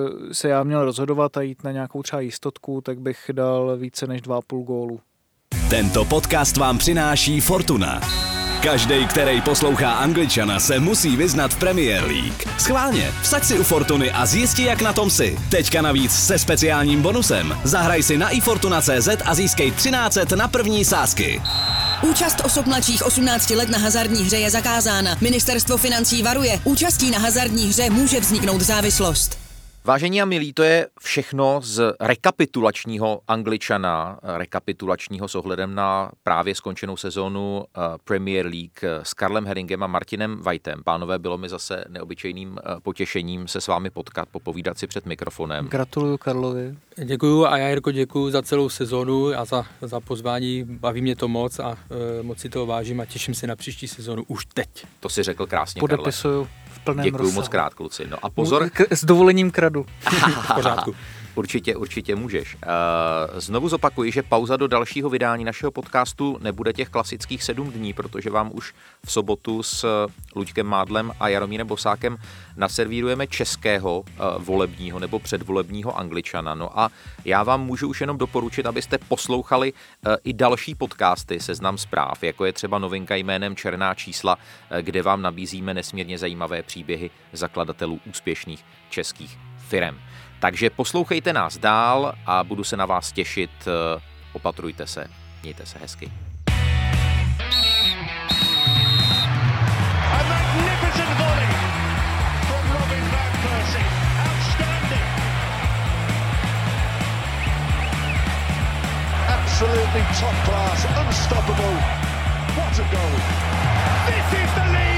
se já měl rozhodovat a jít na nějakou třeba jistotku, tak bych dal více než 2,5 gólu. Tento podcast vám přináší Fortuna. Každej, který poslouchá Angličana, se musí vyznat v Premier League. Schválně, vsaď si u Fortuny a zjisti, jak na tom si. Teďka navíc se speciálním bonusem. Zahraj si na ifortuna.cz a získej 1300 na první sázky. Účast osob mladších 18 let na hazardní hře je zakázána. Ministerstvo financí varuje. Účastí na hazardní hře může vzniknout závislost. Vážení a milí, to je všechno z rekapitulačního Angličana, rekapitulačního s ohledem na právě skončenou sezónu Premier League s Karlem Herringem a Martinem Whitem. Pánové, bylo mi zase neobyčejným potěšením se s vámi potkat, popovídat si před mikrofonem. Gratuluju Karlovi. Děkuju a já, Jirko, děkuju za celou sezónu a za pozvání. Baví mě to moc a moc si toho vážím a těším se na příští sezónu už teď. To si řekl krásně, Podepisuju. Karle. Děkuju moc krát, kluci. No a pozor. S dovolením kradu. V pořádku. Určitě můžeš. Znovu zopakuji, že pauza do dalšího vydání našeho podcastu nebude těch klasických 7 dní, protože vám už v sobotu s Luďkem Mádlem a Jaromírem Bosákem naservírujeme českého volebního nebo předvolebního Angličana. No a já vám můžu už jenom doporučit, abyste poslouchali i další podcasty Seznam zpráv, jako je třeba novinka jménem Černá čísla, kde vám nabízíme nesmírně zajímavé příběhy zakladatelů úspěšných českých firem. Takže poslouchejte nás dál a budu se na vás těšit. Opatrujte se, mějte se hezky. Absolutely top class, unstoppable. What a goal. This is the league.